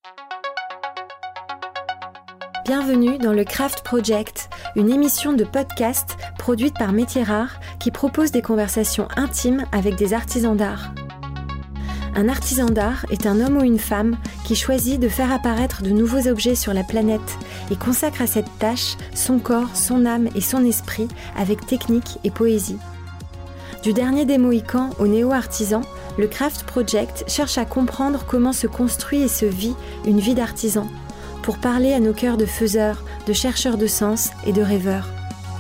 Bienvenue dans le Craft Project, une émission de podcast produite par Métiers Rares qui propose des conversations intimes avec des artisans d'art. Un artisan d'art est un homme ou une femme qui choisit de faire apparaître de nouveaux objets sur la planète et consacre à cette tâche son corps, son âme et son esprit avec technique et poésie. Du dernier des Mohicans au néo-artisan, le Craft Project cherche à comprendre comment se construit et se vit une vie d'artisan, pour parler à nos cœurs de faiseurs, de chercheurs de sens et de rêveurs.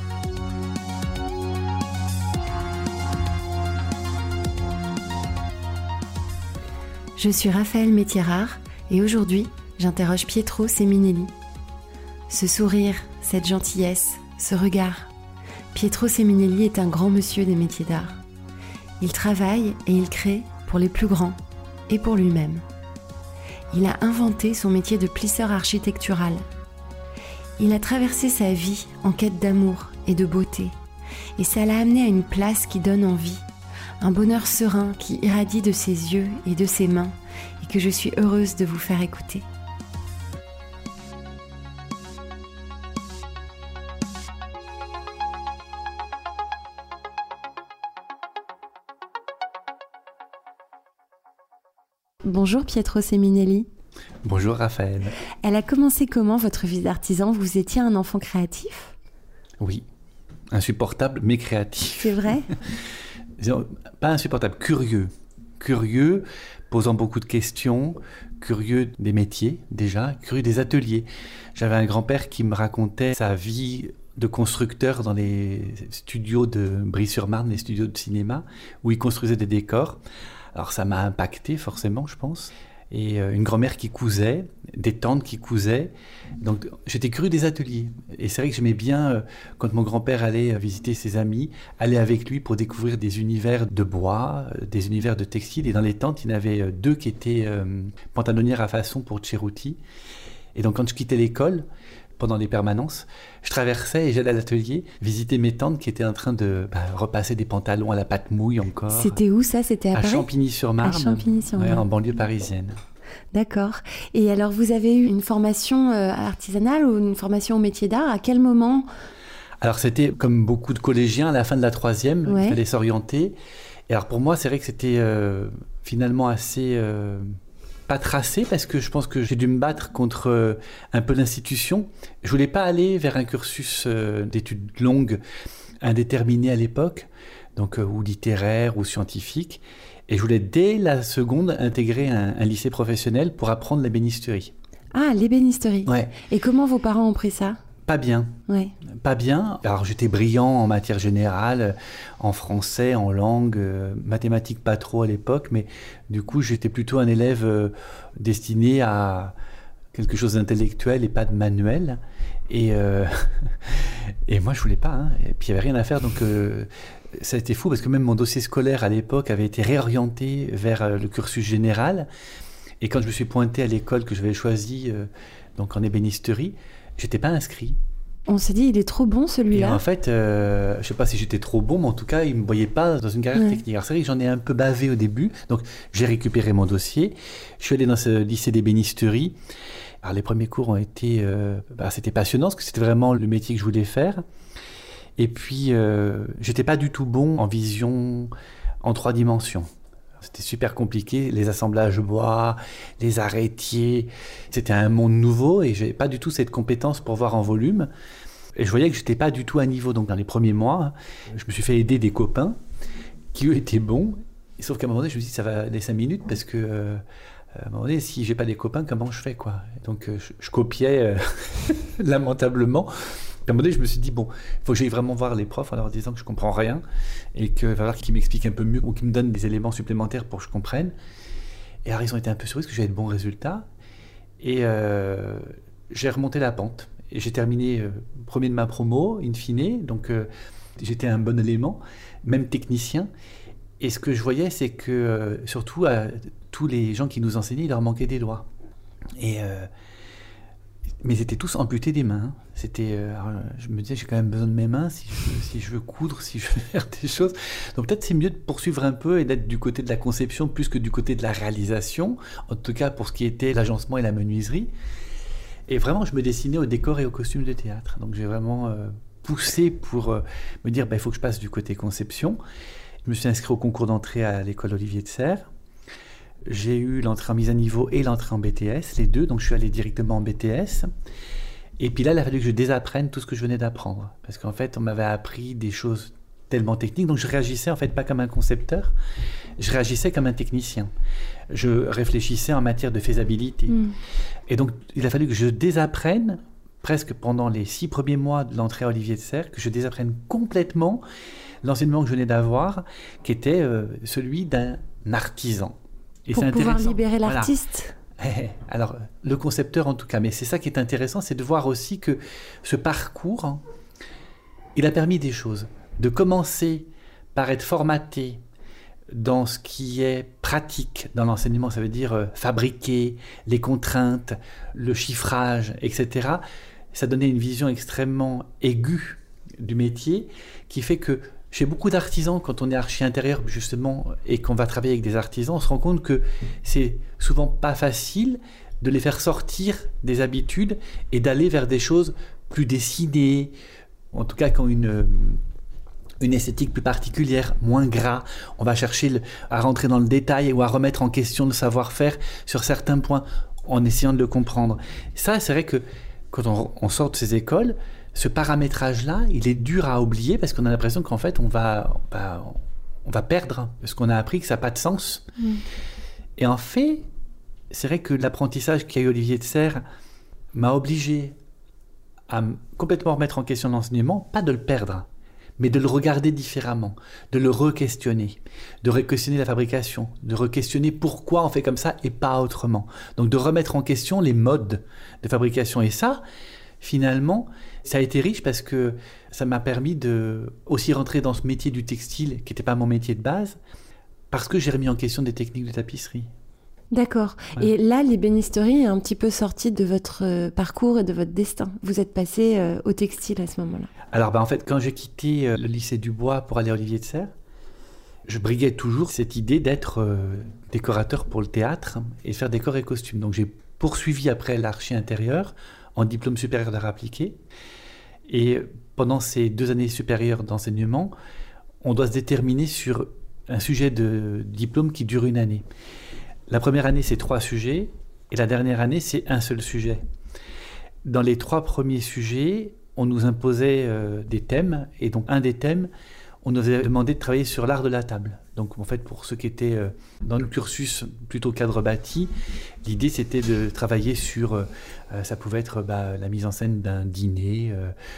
Je suis Raphaël Métiers Rares et aujourd'hui, j'interroge Pietro Seminelli. Ce sourire, cette gentillesse, ce regard. Pietro Seminelli est un grand monsieur des métiers d'art. Il travaille et il crée pour les plus grands et pour lui-même. Il a inventé son métier de plisseur architectural. Il a traversé sa vie en quête d'amour et de beauté. Et ça l'a amené à une place qui donne envie. Un bonheur serein qui irradie de ses yeux et de ses mains et que je suis heureuse de vous faire écouter. Bonjour Pietro Seminelli. Bonjour Raphaël. Elle a commencé comment votre vie d'artisan ? Vous étiez un enfant créatif ? Oui, insupportable mais créatif. C'est vrai ? Pas insupportable, curieux. Curieux, posant beaucoup de questions, curieux des métiers déjà, curieux des ateliers. J'avais un grand-père qui me racontait sa vie de constructeur dans les studios de Brie-sur-Marne, les studios de cinéma, où il construisait des décors. Alors ça m'a impacté forcément, je pense. Et une grand-mère qui cousait, des tantes qui cousaient. Donc j'étais curieux des ateliers. Et c'est vrai que j'aimais bien, quand mon grand-père allait visiter ses amis, aller avec lui pour découvrir des univers de bois, des univers de textile. Et dans les tentes, il y en avait deux qui étaient pantalonnières à façon pour Cerruti. Et donc quand je quittais l'école, pendant les permanences, je traversais et j'allais à l'atelier visiter mes tantes qui étaient en train de repasser des pantalons à la pâte mouille encore. C'était où ça ? C'était à Paris ? À Champigny-sur-Marne. À Champigny-sur-Marne. Ouais, en banlieue parisienne. D'accord. Et alors, vous avez eu une formation artisanale ou une formation au métier d'art ? À quel moment ? Alors, c'était comme beaucoup de collégiens, à la fin de la troisième, Ouais. Il fallait s'orienter. Et alors, pour moi, c'est vrai que c'était finalement assez... pas tracé, parce que je pense que j'ai dû me battre contre un peu l'institution. Je voulais pas aller vers un cursus d'études longues, indéterminé à l'époque, donc ou littéraire ou scientifique. Et je voulais dès la seconde intégrer un lycée professionnel pour apprendre l'ébénisterie. Ah, l'ébénisterie. Ouais. Et comment vos parents ont pris ça ? Pas bien. Ouais. Pas bien. Alors j'étais brillant en matière générale, en français, en langue, mathématiques pas trop à l'époque, mais du coup j'étais plutôt un élève destiné à quelque chose d'intellectuel et pas de manuel. Et moi je voulais pas, hein. Et puis il y avait rien à faire, donc ça a été fou parce que même mon dossier scolaire à l'époque avait été réorienté vers le cursus général. Et quand je me suis pointé à l'école que j'avais choisie, donc en ébénisterie, j'étais pas inscrit. On s'est dit, il est trop bon celui-là. Et en fait, je sais pas si j'étais trop bon, mais en tout cas, ils me voyaient pas dans une carrière technique. Alors c'est vrai que j'en ai un peu bavé au début, donc j'ai récupéré mon dossier. Je suis allé dans ce lycée d'ébénisterie. Alors les premiers cours ont été, c'était passionnant parce que c'était vraiment le métier que je voulais faire. Et puis, j'étais pas du tout bon en vision en 3 dimensions. C'était super compliqué, les assemblages bois, les arrêtiers. C'était un monde nouveau et j'avais pas du tout cette compétence pour voir en volume. Et je voyais que j'étais pas du tout à niveau. Donc dans les premiers mois, je me suis fait aider des copains qui eux étaient bons. Et sauf qu'à un moment donné, je me suis dit ça va les 5 minutes parce que à un moment donné, si j'ai pas des copains, comment je fais quoi ? Et donc je copiais lamentablement. À un moment donné, je me suis dit, bon, il faut que j'aille vraiment voir les profs en leur disant que je ne comprends rien et qu'il va falloir qu'ils m'expliquent un peu mieux ou qu'ils me donnent des éléments supplémentaires pour que je comprenne. Et alors, ils ont été un peu surpris parce que j'avais de bons résultats. Et j'ai remonté la pente. Et j'ai terminé premier de ma promo, in fine. Donc, j'étais un bon élément, même technicien. Et ce que je voyais, c'est que, surtout, à tous les gens qui nous enseignaient, il leur manquait des doigts. Et Mais ils étaient tous amputés des mains. Je me disais, j'ai quand même besoin de mes mains si je veux coudre, si je veux faire des choses. Donc peut-être c'est mieux de poursuivre un peu et d'être du côté de la conception plus que du côté de la réalisation, en tout cas pour ce qui était l'agencement et la menuiserie. Et vraiment, je me dessinais au décor et aux costumes de théâtre. Donc j'ai vraiment poussé pour me dire, il faut que je passe du côté conception. Je me suis inscrit au concours d'entrée à l'école Olivier de Serres. J'ai eu l'entrée en mise à niveau et l'entrée en BTS, les deux. Donc je suis allé directement en BTS. Et puis là, il a fallu que je désapprenne tout ce que je venais d'apprendre. Parce qu'en fait, on m'avait appris des choses tellement techniques. Donc je réagissais en fait pas comme un concepteur, je réagissais comme un technicien. Je réfléchissais en matière de faisabilité. Et donc, il a fallu que je désapprenne, presque pendant les 6 premiers mois de l'entrée à Olivier de Serres, que je désapprenne complètement l'enseignement que je venais d'avoir, qui était celui d'un artisan. Et pour pouvoir libérer l'artiste. Voilà. Alors, le concepteur en tout cas, mais c'est ça qui est intéressant, c'est de voir aussi que ce parcours, il a permis des choses. De commencer par être formaté dans ce qui est pratique dans l'enseignement, ça veut dire fabriquer, les contraintes, le chiffrage, etc. Ça donnait une vision extrêmement aiguë du métier qui fait que chez beaucoup d'artisans, quand on est archi intérieur justement et qu'on va travailler avec des artisans, on se rend compte que c'est souvent pas facile de les faire sortir des habitudes et d'aller vers des choses plus dessinées, en tout cas qui ont une esthétique plus particulière, moins gras. On va chercher à rentrer dans le détail ou à remettre en question le savoir-faire sur certains points en essayant de le comprendre. Ça, c'est vrai que quand on sort de ces écoles, ce paramétrage-là, il est dur à oublier parce qu'on a l'impression qu'en fait, on va perdre ce qu'on a appris, que ça n'a pas de sens. Et en fait, c'est vrai que l'apprentissage qu'a eu Olivier de Serres m'a obligé à complètement remettre en question l'enseignement, pas de le perdre, mais de le regarder différemment, de le re-questionner, de re-questionner la fabrication, de re-questionner pourquoi on fait comme ça et pas autrement. Donc de remettre en question les modes de fabrication. Et ça, finalement, ça a été riche parce que ça m'a permis de aussi rentrer dans ce métier du textile, qui n'était pas mon métier de base, parce que j'ai remis en question des techniques de tapisserie. D'accord. Ouais. Et là, l'ébénisterie est un petit peu sortie de votre parcours et de votre destin. Vous êtes passé au textile à ce moment-là. Alors, en fait, quand j'ai quitté le lycée du Bois pour aller à Olivier de Serres, je briguais toujours cette idée d'être décorateur pour le théâtre et faire décor et costumes. Donc, j'ai poursuivi après l'archi intérieur en diplôme supérieur d'art appliqué. Et pendant ces 2 années supérieures d'enseignement, on doit se déterminer sur un sujet de diplôme qui dure 1 année. La première année, c'est 3 sujets, et la dernière année, c'est un seul sujet. Dans les 3 premiers sujets, on nous imposait des thèmes, et donc un des thèmes, on nous avait demandé de travailler sur l'art de la table. Donc en fait, pour ceux qui étaient dans le cursus plutôt cadre bâti, l'idée c'était de travailler sur, ça pouvait être la mise en scène d'un dîner,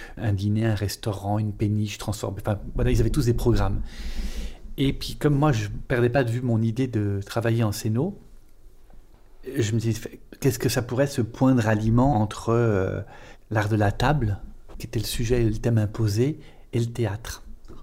un restaurant, une péniche transformée, enfin voilà, ils avaient tous des programmes. Et puis, comme moi, je ne perdais pas de vue mon idée de travailler en scéno, je me disais, qu'est-ce que ça pourrait se point de ralliement entre l'art de la table, qui était le sujet et le thème imposé, et le théâtre.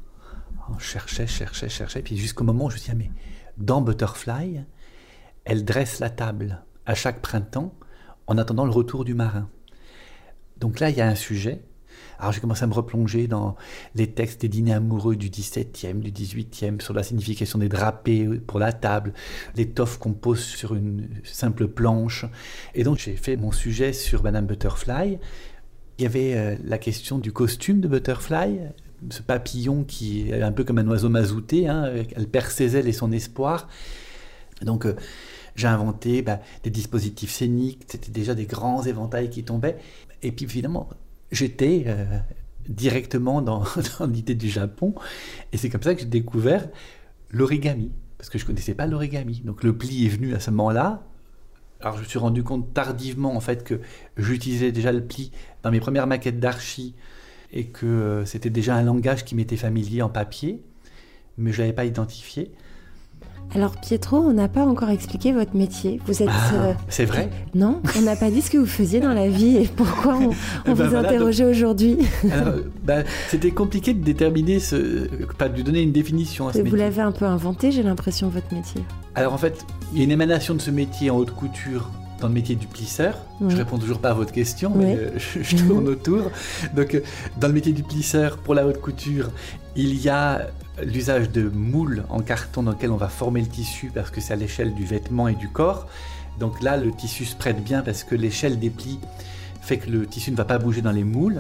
On cherchait, puis jusqu'au moment où je me suis dit, mais dans Butterfly, elle dresse la table à chaque printemps en attendant le retour du marin. Donc là, il y a un sujet. Alors j'ai commencé à me replonger dans les textes des dîners amoureux du XVIIe, du XVIIIe, sur la signification des drapés pour la table, l'étoffe qu'on pose sur une simple planche. Et donc j'ai fait mon sujet sur Madame Butterfly. Il y avait la question du costume de Butterfly, ce papillon qui est un peu comme un oiseau mazouté, elle perd ses ailes et son espoir. Donc j'ai inventé des dispositifs scéniques, c'était déjà des grands éventails qui tombaient. Et puis évidemment, j'étais directement dans l'idée du Japon, et c'est comme ça que j'ai découvert l'origami, parce que je ne connaissais pas l'origami. Donc le pli est venu à ce moment-là. Alors je me suis rendu compte tardivement en fait que j'utilisais déjà le pli dans mes premières maquettes d'archi, et que c'était déjà un langage qui m'était familier en papier, mais je ne l'avais pas identifié. Alors Pietro, on n'a pas encore expliqué votre métier. Vous êtes... c'est vrai ? Non, on n'a pas dit ce que vous faisiez dans la vie et pourquoi on vous interrogeait aujourd'hui. Alors, c'était compliqué de déterminer, de lui donner une définition à ce métier. Vous l'avez un peu inventé, j'ai l'impression, votre métier. Alors en fait, il y a une émanation de ce métier en haute couture dans le métier du plisseur. Oui. Je réponds toujours pas à votre question, Oui. mais je tourne autour. Donc, dans le métier du plisseur, pour la haute couture, il y a l'usage de moules en carton dans lequel on va former le tissu parce que c'est à l'échelle du vêtement et du corps. Donc là, le tissu se prête bien parce que l'échelle des plis fait que le tissu ne va pas bouger dans les moules.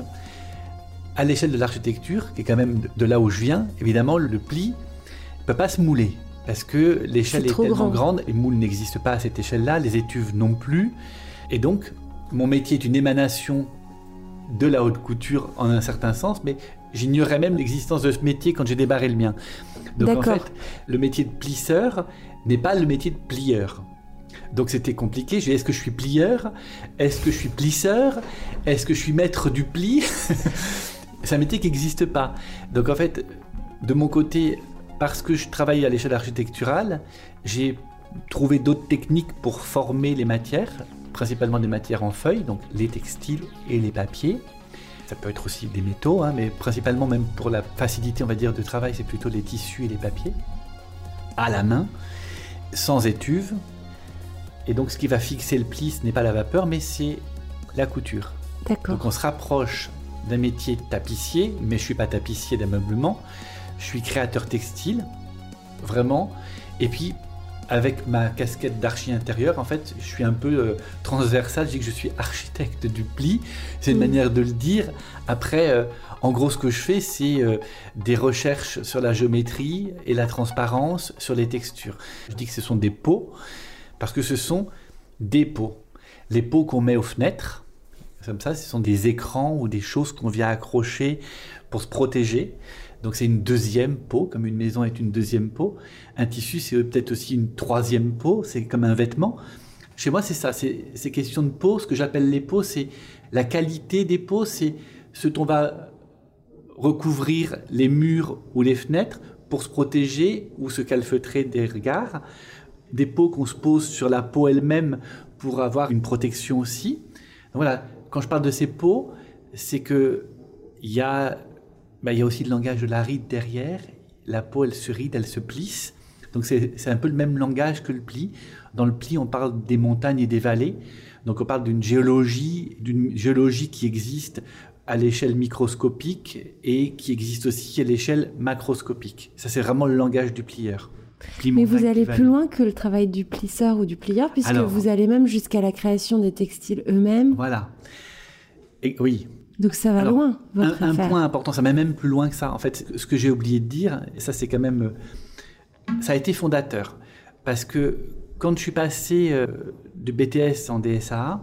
À l'échelle de l'architecture, qui est quand même de là où je viens, évidemment, le pli ne peut pas se mouler parce que l'échelle est tellement grande, les moules n'existent pas à cette échelle-là, les étuves non plus. Et donc, mon métier est une émanation de la haute couture en un certain sens, mais j'ignorais même l'existence de ce métier quand j'ai débarré le mien. Donc en fait, le métier de plisseur n'est pas le métier de plieur. Donc c'était compliqué. Je dis, est-ce que je suis plieur? Est-ce que je suis plisseur? Est-ce que je suis maître du pli? C'est un métier qui n'existe pas. Donc en fait, de mon côté, parce que je travaille à l'échelle architecturale, j'ai trouvé d'autres techniques pour former les matières, principalement des matières en feuilles, donc les textiles et les papiers. Ça peut être aussi des métaux, mais principalement même pour la facilité, on va dire, de travail, c'est plutôt les tissus et les papiers, à la main, sans étuve. Et donc ce qui va fixer le pli, ce n'est pas la vapeur, mais c'est la couture. D'accord. Donc on se rapproche d'un métier de tapissier, mais je ne suis pas tapissier d'ameublement, je suis créateur textile, vraiment. Et puis, avec ma casquette d'archi intérieur, en fait, je suis un peu transversal, je dis que je suis architecte du pli, c'est une manière de le dire. Après, en gros, ce que je fais, c'est des recherches sur la géométrie et la transparence, sur les textures. Je dis que ce sont des pots, parce que ce sont des pots. Les pots qu'on met aux fenêtres, comme ça, ce sont des écrans ou des choses qu'on vient accrocher pour se protéger. Donc c'est une deuxième peau, comme une maison est une deuxième peau. Un tissu, c'est peut-être aussi une troisième peau, c'est comme un vêtement. Chez moi, c'est ça, c'est question de peau. Ce que j'appelle les peaux, c'est la qualité des peaux, c'est ce dont on va recouvrir les murs ou les fenêtres pour se protéger ou se calfeutrer des regards. Des peaux qu'on se pose sur la peau elle-même pour avoir une protection aussi. Donc voilà, quand je parle de ces peaux, c'est qu'il y a aussi le langage de la ride derrière. La peau, elle se ride, elle se plisse. Donc c'est un peu le même langage que le pli. Dans le pli, on parle des montagnes et des vallées. Donc on parle d'une géologie qui existe à l'échelle microscopique et qui existe aussi à l'échelle macroscopique. Ça, c'est vraiment le langage du plieur. Mais vous allez plus loin que le travail du plisseur ou du plieur, puisque vous allez même jusqu'à la création des textiles eux-mêmes. Voilà. Et, oui. Donc ça va loin, votre un affaire. point important, ça va même plus loin que ça. En fait, ce que j'ai oublié de dire, et ça c'est quand même... ça a été fondateur. Parce que quand je suis passé de BTS en DSA,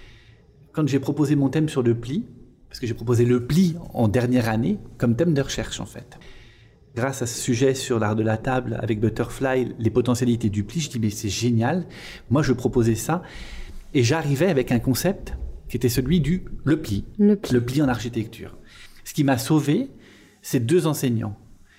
quand j'ai proposé mon thème sur le pli, parce que j'ai proposé le pli en dernière année, comme thème de recherche en fait. Grâce à ce sujet sur l'art de la table avec Butterfly, les potentialités du pli, je dis mais c'est génial, moi je proposais ça, et j'arrivais avec un concept qui était celui du le pli en architecture. Ce qui m'a sauvé, c'est 2 enseignants,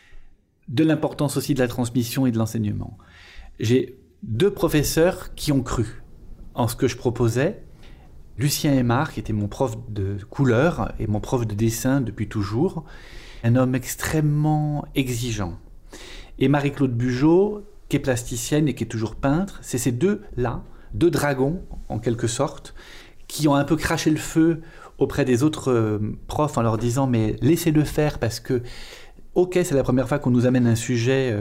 de l'importance aussi de la transmission et de l'enseignement. J'ai 2 professeurs qui ont cru en ce que je proposais, Lucien Aymar, qui était mon prof de couleur et mon prof de dessin depuis toujours, un homme extrêmement exigeant. Et Marie-Claude Bugeaud, qui est plasticienne et qui est toujours peintre, c'est ces 2-là, 2 dragons, en quelque sorte, qui ont un peu craché le feu auprès des autres profs en leur disant « mais laissez-le faire parce que, ok, c'est la première fois qu'on nous amène un sujet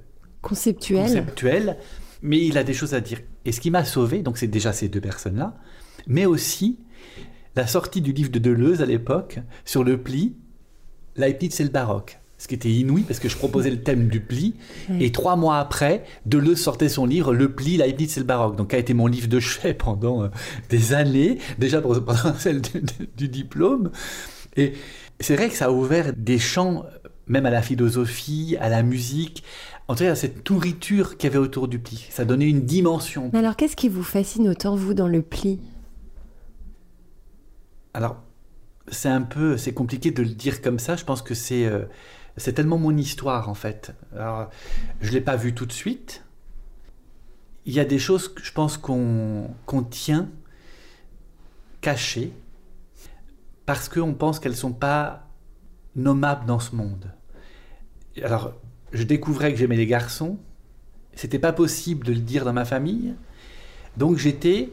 conceptuel, mais il a des choses à dire. » Et ce qui m'a sauvé, donc c'est déjà ces 2 personnes-là, mais aussi la sortie du livre de Deleuze à l'époque sur le pli, Leibniz et le baroque. Ce qui était inouï parce que je proposais le thème du pli et 3 mois après, Deleuze sortait son livre Le pli, Leibniz et le baroque. Donc, qui a été mon livre de chevet pendant des années, déjà pendant celle du diplôme. Et c'est vrai que ça a ouvert des champs, même à la philosophie, à la musique, en tout cas à cette nourriture qu'il y avait autour du pli. Ça donnait une dimension. Mais alors, qu'est-ce qui vous fascine autant, vous, dans le pli ? Alors, c'est compliqué de le dire comme ça. Je pense que c'est tellement mon histoire, en fait. Alors, je ne l'ai pas vu tout de suite. Il y a des choses que je pense qu'on tient cachées parce qu'on pense qu'elles ne sont pas nommables dans ce monde. Alors, je découvrais que j'aimais les garçons. C'était pas possible de le dire dans ma famille. Donc, j'étais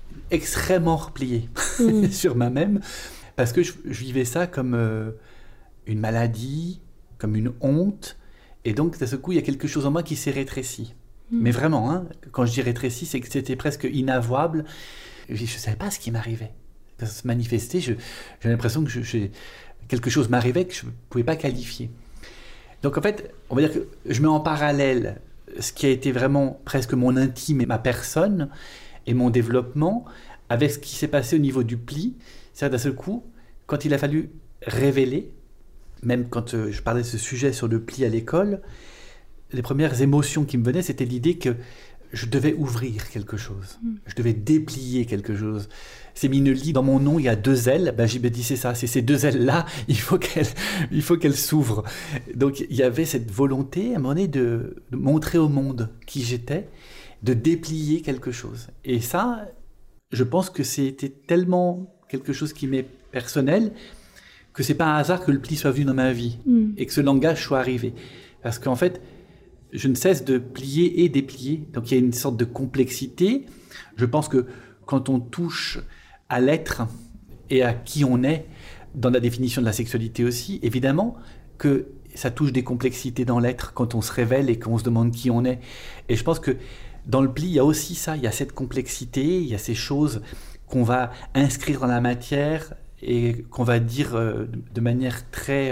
extrêmement replié sur moi-même, parce que je vivais ça comme une maladie, comme une honte, et donc d'un seul coup, il y a quelque chose en moi qui s'est rétréci. Mais vraiment, hein, quand je dis rétréci, c'est que c'était presque inavouable. Je ne savais pas ce qui m'arrivait. Quand ça se manifestait, j'ai l'impression que quelque chose m'arrivait que je ne pouvais pas qualifier. Donc en fait, on va dire que je mets en parallèle ce qui a été vraiment presque mon intime et ma personne et mon développement avec ce qui s'est passé au niveau du pli. C'est-à-dire d'un seul coup, quand il a fallu révéler, même quand je parlais de ce sujet sur le pli à l'école, les premières émotions qui me venaient, c'était l'idée que je devais ouvrir quelque chose. Je devais déplier quelque chose. Séminelli, dans mon nom, il y a 2 ailes. Ben, j'ai dit, c'est ça, c'est ces 2 ailes-là, il faut qu'elles s'ouvrent. Donc, il y avait cette volonté, à un moment donné, de montrer au monde qui j'étais, de déplier quelque chose. Et ça, je pense que c'était tellement quelque chose qui m'est personnel, que c'est pas un hasard que le pli soit venu dans ma vie, et que ce langage soit arrivé. Parce qu'en fait, je ne cesse de plier et déplier. Donc il y a une sorte de complexité. Je pense que quand on touche à l'être et à qui on est, dans la définition de la sexualité aussi, évidemment que ça touche des complexités dans l'être quand on se révèle et qu'on se demande qui on est. Et je pense que dans le pli, il y a aussi ça, il y a cette complexité, il y a ces choses qu'on va inscrire dans la matière et qu'on va dire de manière très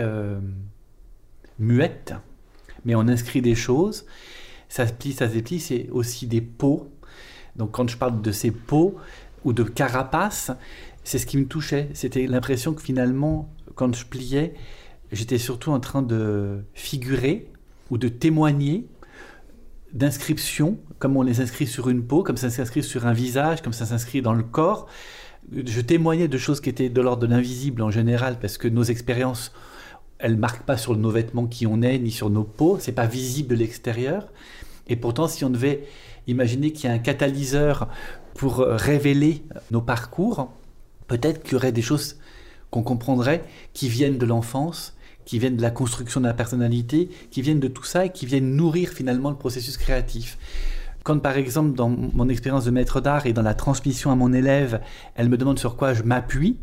muette. Mais on inscrit des choses, ça se plie, ça se déplie, c'est aussi des peaux. Donc quand je parle de ces peaux ou de carapaces, c'est ce qui me touchait. C'était l'impression que finalement, quand je pliais, j'étais surtout en train de figurer ou de témoigner d'inscriptions, comme on les inscrit sur une peau, comme ça s'inscrit sur un visage, comme ça s'inscrit dans le corps. Je témoignais de choses qui étaient de l'ordre de l'invisible en général, parce que nos expériences, elles ne marquent pas sur nos vêtements qui on est, ni sur nos peaux, c'est pas visible de l'extérieur. Et pourtant, si on devait imaginer qu'il y a un catalyseur pour révéler nos parcours, peut-être qu'il y aurait des choses qu'on comprendrait qui viennent de l'enfance, qui viennent de la construction de la personnalité, qui viennent de tout ça et qui viennent nourrir finalement le processus créatif. Quand par exemple, dans mon expérience de maître d'art et dans la transmission à mon élève, elle me demande sur quoi je m'appuie,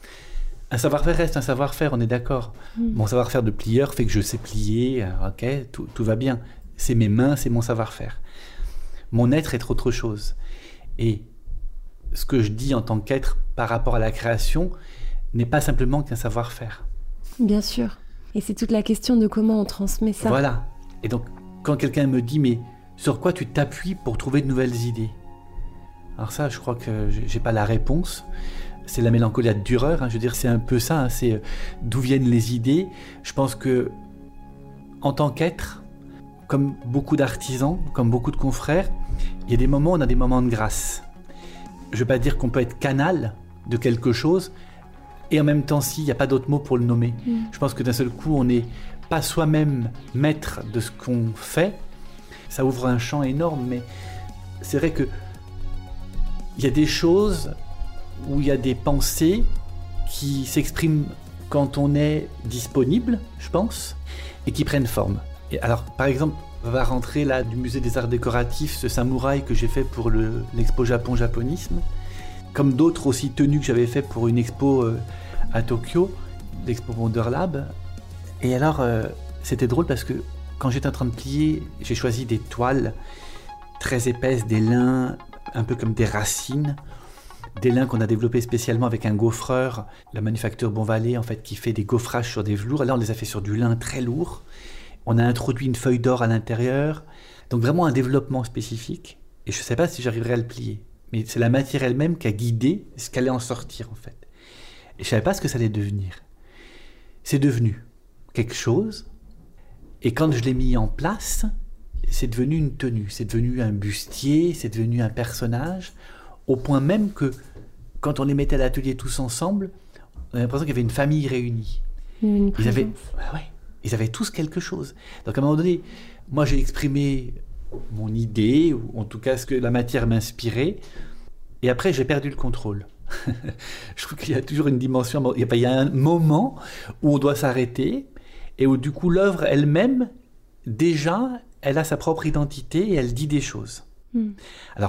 un savoir-faire reste un savoir-faire, on est d'accord. Mon savoir-faire de plieur fait que je sais plier, ok, tout va bien. C'est mes mains, c'est mon savoir-faire. Mon être est autre chose. Et ce que je dis en tant qu'être par rapport à la création n'est pas simplement qu'un savoir-faire. Bien sûr. Et c'est toute la question de comment on transmet ça. Voilà. Et donc, quand quelqu'un me dit, mais sur quoi tu t'appuies pour trouver de nouvelles idées ? Alors ça, je crois que j'ai pas la réponse. C'est la mélancolie de Dürer, hein. Je veux dire, c'est un peu ça, hein. C'est d'où viennent les idées. Je pense que, en tant qu'être, comme beaucoup d'artisans, comme beaucoup de confrères, il y a des moments où on a des moments de grâce. Je ne veux pas dire qu'on peut être canal de quelque chose, et en même temps, s'il n'y a pas d'autre mot pour le nommer. Je pense que d'un seul coup, on n'est pas soi-même maître de ce qu'on fait. Ça ouvre un champ énorme, mais c'est vrai que il y a des choses où il y a des pensées qui s'expriment quand on est disponible, je pense, et qui prennent forme. Et alors, par exemple, va rentrer là du musée des arts décoratifs ce samouraï que j'ai fait pour l'expo Japon-Japonisme, comme d'autres aussi tenues que j'avais fait pour une expo à Tokyo, l'expo Wonderlab. Et alors, c'était drôle parce que quand j'étais en train de plier, j'ai choisi des toiles très épaisses, des lins un peu comme des racines, des lins qu'on a développés spécialement avec un gaufreur, la manufacture Bonvalet en fait, qui fait des gaufrages sur des velours. Et là, on les a fait sur du lin très lourd. On a introduit une feuille d'or à l'intérieur. Donc vraiment un développement spécifique. Et je ne sais pas si j'arriverai à le plier. Mais c'est la matière elle-même qui a guidé ce qu'allait en sortir en fait. Et je ne savais pas ce que ça allait devenir. C'est devenu quelque chose. Et quand je l'ai mis en place, c'est devenu une tenue. C'est devenu un bustier, c'est devenu un personnage. Au point même que, quand on les mettait à l'atelier tous ensemble, on avait l'impression qu'il y avait une famille réunie. Ils avaient tous quelque chose. Donc à un moment donné, moi j'ai exprimé mon idée, ou en tout cas ce que la matière m'inspirait, et après j'ai perdu le contrôle. Je trouve qu'il y a toujours une dimension, il y a un moment où on doit s'arrêter, et où du coup l'œuvre elle-même, déjà, elle a sa propre identité et elle dit des choses. Alors,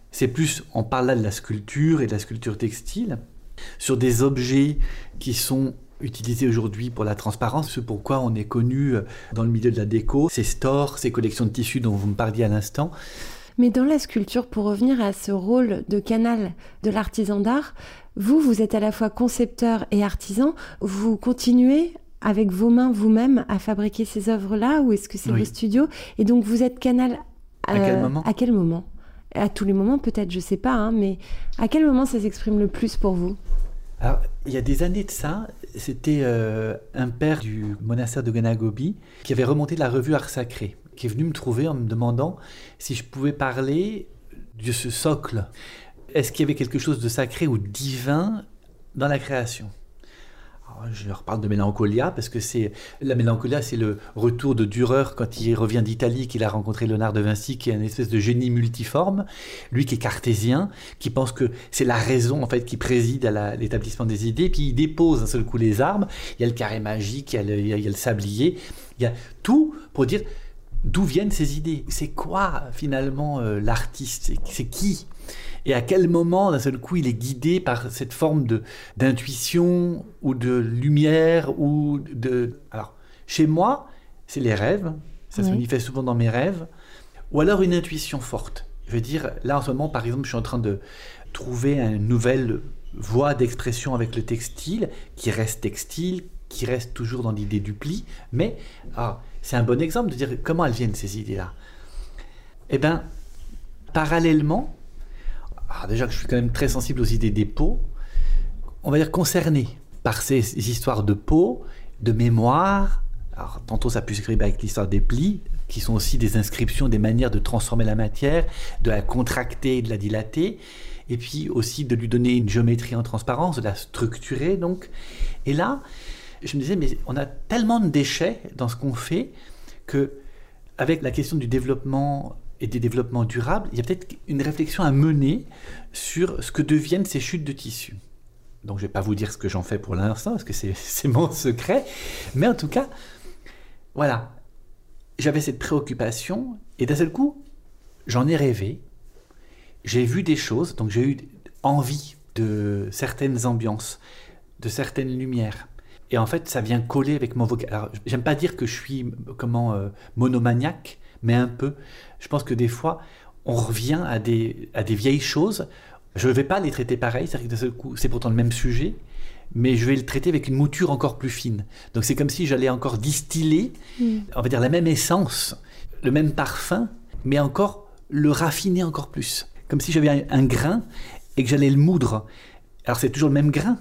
C'est plus, on parle là de la sculpture et de la sculpture textile, sur des objets qui sont utilisés aujourd'hui pour la transparence, ce pourquoi on est connu dans le milieu de la déco, ces stores, ces collections de tissus dont vous me parliez à l'instant. Mais dans la sculpture, pour revenir à ce rôle de canal de l'artisan d'art, vous êtes à la fois concepteur et artisan, vous continuez avec vos mains vous-même à fabriquer ces œuvres-là, ou est-ce que c'est vos studios? Et donc vous êtes canal à quel moment? À quel moment? À tous les moments peut-être, je ne sais pas, hein, mais à quel moment ça s'exprime le plus pour vous? Alors, il y a des années de ça, c'était un père du monastère de Ganagobi qui avait remonté la revue Art Sacré, qui est venu me trouver en me demandant si je pouvais parler de ce socle. Est-ce qu'il y avait quelque chose de sacré ou divin dans la création? Alors, je leur parle de Mélancolia, parce que la Mélancolia, c'est le retour de Dürer quand il revient d'Italie, qu'il a rencontré Léonard de Vinci, qui est une espèce de génie multiforme, lui qui est cartésien, qui pense que c'est la raison en fait qui préside à l'établissement des idées, puis il dépose d'un seul coup les armes, il y a le carré magique, il y a le sablier, il y a tout pour dire d'où viennent ces idées, c'est quoi finalement l'artiste, c'est qui? Et à quel moment, d'un seul coup, il est guidé par cette forme d'intuition ou de lumière ou de... Alors, chez moi, c'est les rêves. Ça se manifeste souvent dans mes rêves. Ou alors une intuition forte. Je veux dire, là, en ce moment, par exemple, je suis en train de trouver une nouvelle voie d'expression avec le textile, qui reste textile, qui reste toujours dans l'idée du pli. Mais c'est un bon exemple de dire comment elles viennent, ces idées-là. Eh bien, parallèlement... Alors déjà que je suis quand même très sensible aux idées des peaux, on va dire concerné par ces histoires de peau, de mémoire. Alors tantôt ça peut s'écrire avec l'histoire des plis, qui sont aussi des inscriptions, des manières de transformer la matière, de la contracter, de la dilater, et puis aussi de lui donner une géométrie en transparence, de la structurer donc. Et là, je me disais, mais on a tellement de déchets dans ce qu'on fait que, avec la question du développement et des développements durables, il y a peut-être une réflexion à mener sur ce que deviennent ces chutes de tissu. Donc je ne vais pas vous dire ce que j'en fais pour l'instant, parce que c'est mon secret, mais en tout cas, voilà, j'avais cette préoccupation, et d'un seul coup, j'en ai rêvé, j'ai vu des choses, donc j'ai eu envie de certaines ambiances, de certaines lumières. Et en fait, ça vient coller avec mon vocabulaire. Alors, j'aime pas dire que je suis monomaniaque, mais un peu. Je pense que des fois, on revient à des vieilles choses. Je ne vais pas les traiter pareil, c'est-à-dire que d'un seul coup, c'est pourtant le même sujet, mais je vais le traiter avec une mouture encore plus fine. Donc c'est comme si j'allais encore distiller, on va dire la même essence, le même parfum, mais encore le raffiner encore plus. Comme si j'avais un grain et que j'allais le moudre. Alors c'est toujours le même grain,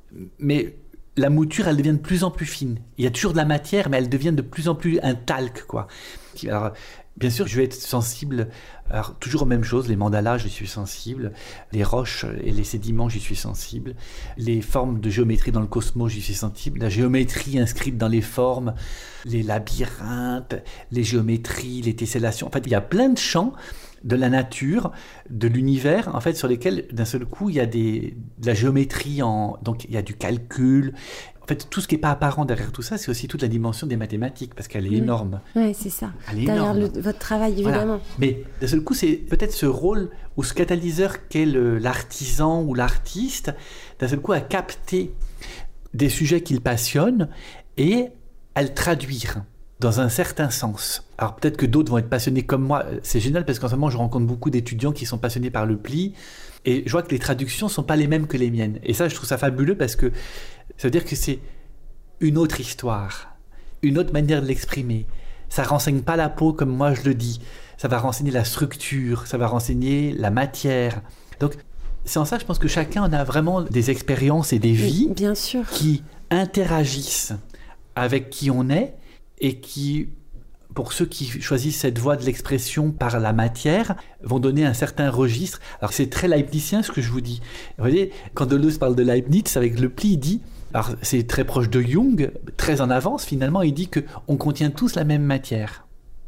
mais la mouture, elle devient de plus en plus fine. Il y a toujours de la matière, mais elle devient de plus en plus un talc, quoi. Alors, bien sûr, je vais être sensible toujours aux mêmes choses. Les mandalas, j'y suis sensible. Les roches et les sédiments, j'y suis sensible. Les formes de géométrie dans le cosmos, j'y suis sensible. La géométrie inscrite dans les formes, les labyrinthes, les géométries, les tessellations. En fait, il y a plein de champs de la nature, de l'univers, en fait, sur lesquels, d'un seul coup, il y a de la géométrie, donc il y a du calcul. En fait, tout ce qui n'est pas apparent derrière tout ça, c'est aussi toute la dimension des mathématiques, parce qu'elle est énorme. Oui, c'est ça. Elle est derrière énorme. Votre travail, évidemment. Voilà. Mais d'un seul coup, c'est peut-être ce rôle ou ce catalyseur qu'est l'artisan ou l'artiste, d'un seul coup, à capter des sujets qu'il passionne et à le traduire dans un certain sens. Alors peut-être que d'autres vont être passionnés comme moi. C'est génial parce qu'en ce moment, je rencontre beaucoup d'étudiants qui sont passionnés par le pli et je vois que les traductions ne sont pas les mêmes que les miennes. Et ça, je trouve ça fabuleux parce que ça veut dire que c'est une autre histoire, une autre manière de l'exprimer. Ça ne renseigne pas la peau comme moi je le dis. Ça va renseigner la structure, ça va renseigner la matière. Donc c'est en ça, je pense que chacun en a vraiment des expériences et des vies bien sûr, qui interagissent avec qui on est et qui, pour ceux qui choisissent cette voie de l'expression par la matière, vont donner un certain registre. Alors c'est très leibnizien ce que je vous dis. Vous voyez, quand Deleuze parle de Leibniz avec le pli, il dit, alors c'est très proche de Jung, très en avance finalement, il dit qu'on contient tous la même matière.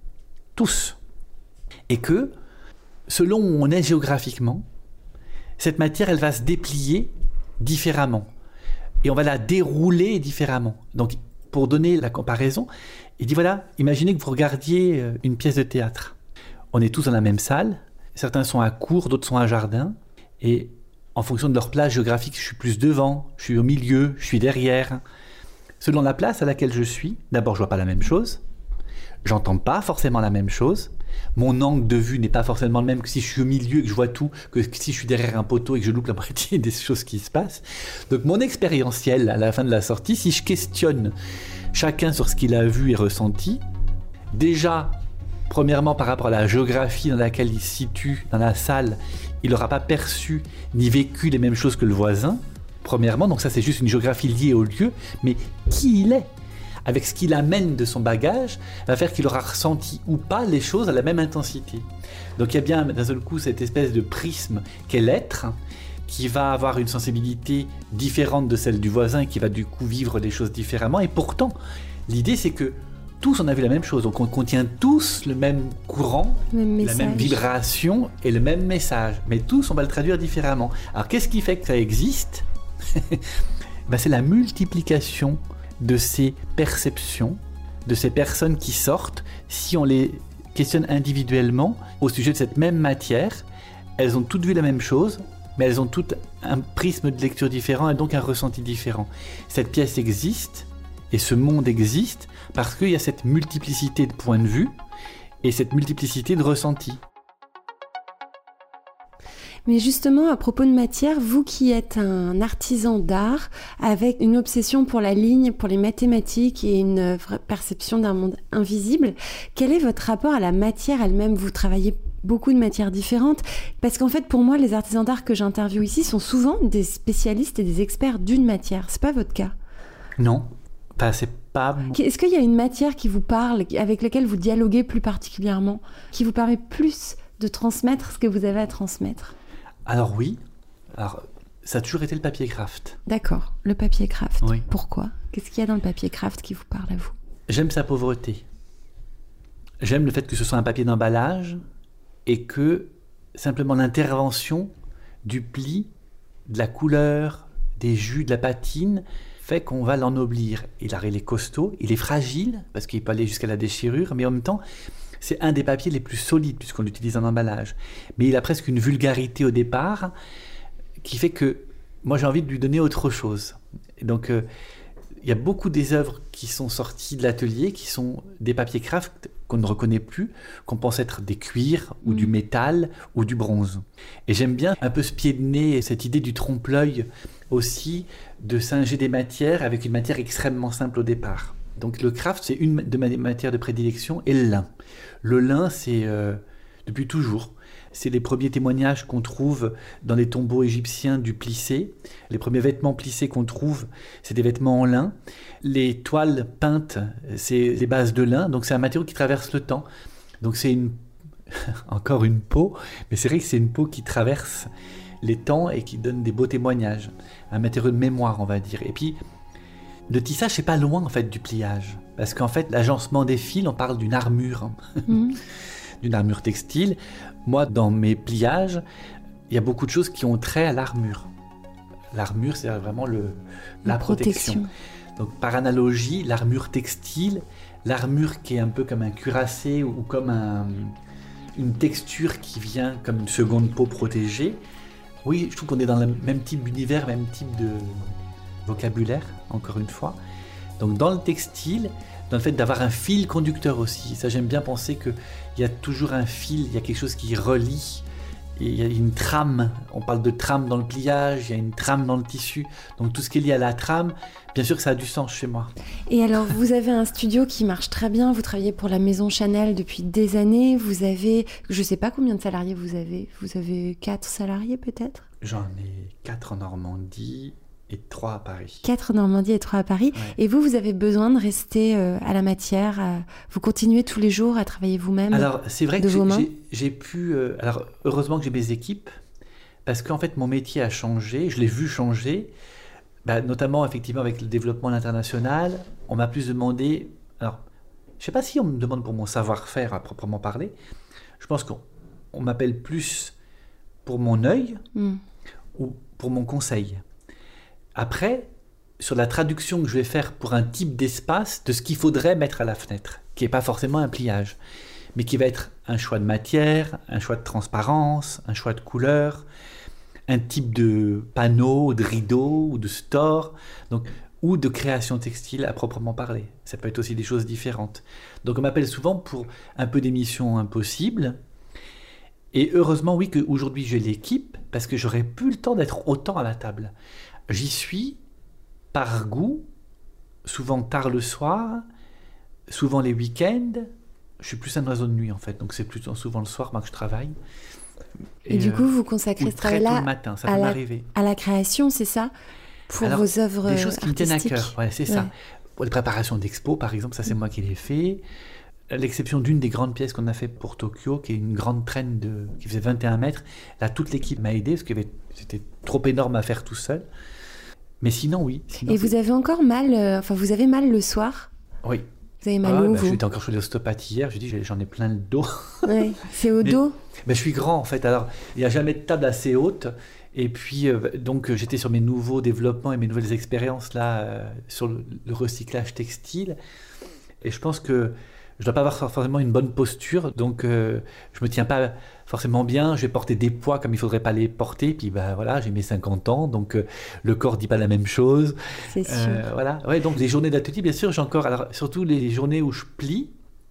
Tous. Et que, selon où on est géographiquement, cette matière, elle va se déplier différemment. Et on va la dérouler différemment. Donc, pour donner la comparaison, il dit voilà, imaginez que vous regardiez une pièce de théâtre. On est tous dans la même salle, Certains sont à cour, d'autres sont à jardin. Et en fonction de leur place géographique, je suis plus devant, je suis au milieu, je suis derrière. Selon la place à laquelle je suis, d'abord je ne vois pas la même chose. J'entends pas forcément la même chose. Mon angle de vue n'est pas forcément le même que si je suis au milieu et que je vois tout, que si je suis derrière un poteau et que je loupe la moitié des choses qui se passent. Donc mon expérientiel à la fin de la sortie, si je questionne chacun sur ce qu'il a vu et ressenti, déjà, premièrement par rapport à la géographie dans laquelle il se situe dans la salle, il n'aura pas perçu ni vécu les mêmes choses que le voisin, premièrement, donc ça c'est juste une géographie liée au lieu, mais qui il est avec ce qu'il amène de son bagage, va faire qu'il aura ressenti ou pas les choses à la même intensité. Donc il y a bien d'un seul coup cette espèce de prisme qu'est l'être, qui va avoir une sensibilité différente de celle du voisin et qui va du coup vivre les choses différemment. Et pourtant, l'idée c'est que tous on a vu la même chose, donc on contient tous le même courant, la même vibration et le même message, mais tous on va le traduire différemment. Alors qu'est-ce qui fait que ça existe? C'est la multiplication de ces perceptions, de ces personnes qui sortent. Si on les questionne individuellement au sujet de cette même matière, elles ont toutes vu la même chose, mais elles ont toutes un prisme de lecture différent et donc un ressenti différent. Cette pièce existe et ce monde existe parce qu'il y a cette multiplicité de points de vue et cette multiplicité de ressentis. Mais justement, à propos de matière, vous qui êtes un artisan d'art avec une obsession pour la ligne, pour les mathématiques et une vraie perception d'un monde invisible, quel est votre rapport à la matière elle-même? Vous travaillez beaucoup de matières différentes, parce qu'en fait, pour moi, les artisans d'art que j'interviewe ici sont souvent des spécialistes et des experts d'une matière. C'est pas votre cas? Non, c'est pas... Est-ce qu'il y a une matière qui vous parle, avec laquelle vous dialoguez plus particulièrement, qui vous permet plus de transmettre ce que vous avez à transmettre? Alors oui, ça a toujours été le papier craft. D'accord, le papier craft. Oui. Pourquoi? Qu'est-ce qu'il y a dans le papier craft qui vous parle à vous? J'aime sa pauvreté. J'aime le fait que ce soit un papier d'emballage et que simplement l'intervention du pli, de la couleur, des jus, de la patine fait qu'on va l'ennoblir. Il est costaud, il est fragile parce qu'il peut aller jusqu'à la déchirure, mais en même temps, c'est un des papiers les plus solides puisqu'on l'utilise en emballage. Mais il a presque une vulgarité au départ qui fait que moi j'ai envie de lui donner autre chose. Et donc il y a beaucoup des œuvres qui sont sorties de l'atelier qui sont des papiers craft qu'on ne reconnaît plus, qu'on pense être des cuirs ou du métal ou du bronze. Et j'aime bien un peu ce pied de nez et cette idée du trompe-l'œil aussi, de singer des matières avec une matière extrêmement simple au départ. Donc le craft, c'est une de mes matières de prédilection, et le lin. Le lin, c'est depuis toujours. C'est les premiers témoignages qu'on trouve dans les tombeaux égyptiens du plissé. Les premiers vêtements plissés qu'on trouve, c'est des vêtements en lin. Les toiles peintes, c'est des bases de lin. Donc c'est un matériau qui traverse le temps. Donc c'est encore une peau, mais c'est vrai que c'est une peau qui traverse les temps et qui donne des beaux témoignages. Un matériau de mémoire, on va dire. Et puis, le tissage, c'est pas loin en fait du pliage, parce qu'en fait, l'agencement des fils, on parle d'une armure, d'une armure textile. Moi, dans mes pliages, il y a beaucoup de choses qui ont trait à l'armure. L'armure, c'est vraiment la protection. Donc, par analogie, l'armure textile, l'armure qui est un peu comme un cuirassé ou comme une texture qui vient comme une seconde peau protégée. Oui, je trouve qu'on est dans le même type d'univers, même type de vocabulaire, encore une fois. Donc dans le textile, dans le fait d'avoir un fil conducteur aussi, ça j'aime bien penser qu'il y a toujours un fil, il y a quelque chose qui relie, et il y a une trame, on parle de trame dans le pliage, il y a une trame dans le tissu, donc tout ce qui est lié à la trame, bien sûr que ça a du sens chez moi. Et alors vous avez un studio qui marche très bien, vous travaillez pour la maison Chanel depuis des années, vous avez, je ne sais pas combien de salariés vous avez 4 salariés peut-être? J'en ai 4 en Normandie et 3 à Paris. 4 en Normandie et 3 à Paris. Ouais. Et vous avez besoin de rester à la matière, vous continuez tous les jours à travailler vous-même? Alors, c'est vrai que j'ai pu... alors, heureusement que j'ai mes équipes, parce qu'en fait, mon métier a changé, je l'ai vu changer, notamment, effectivement, avec le développement international. On m'a plus demandé... Alors, je ne sais pas si on me demande pour mon savoir-faire, à proprement parler. Je pense qu'on m'appelle plus pour mon œil ou pour mon conseil. Après, sur la traduction que je vais faire pour un type d'espace de ce qu'il faudrait mettre à la fenêtre, qui n'est pas forcément un pliage. mais qui va être un choix de matière, un choix de transparence, un choix de couleur, un type de panneau, de rideau ou de store, donc, ou de création textile à proprement parler. Ça peut être aussi des choses différentes. Donc on m'appelle souvent pour un peu d'émissions impossibles. Et heureusement, oui, qu'aujourd'hui j'ai l'équipe, parce que j'aurais plus le temps d'être autant à la table. J'y suis par goût, souvent tard le soir, souvent les week-ends. Je suis plus un oiseau de nuit en fait, donc c'est plutôt souvent le soir que je travaille. Et du coup, vous consacrez ce travail-là le matin, ça peut m'arriver. À la création, c'est ça? Pour vos œuvres artistiques. Des choses qui me tiennent à cœur, ouais, c'est ça. Pour les préparations d'expo, par exemple, ça c'est moi qui l'ai fait. À l'exception d'une des grandes pièces qu'on a fait pour Tokyo, qui est une grande traîne qui faisait 21 mètres, là toute l'équipe m'a aidé, parce que c'était trop énorme à faire tout seul. Mais sinon, oui. Et vous avez encore mal, vous avez mal le soir? Oui. Vous avez mal où, vous? J'étais encore chez l'ostéopathe hier, je dis j'en ai plein le dos. Ouais, c'est au dos? Je suis grand en fait, alors il n'y a jamais de table assez haute. Et puis, donc, j'étais sur mes nouveaux développements et mes nouvelles expériences là, sur le recyclage textile. Et je pense que je ne dois pas avoir forcément une bonne posture, donc je ne me tiens pas forcément bien. Je vais porter des poids comme il ne faudrait pas les porter. Puis voilà, j'ai mes 50 ans, donc le corps ne dit pas la même chose. C'est sûr. Voilà. Ouais, donc les journées d'atelier, bien sûr, j'ai encore. Alors, surtout les journées où je plie.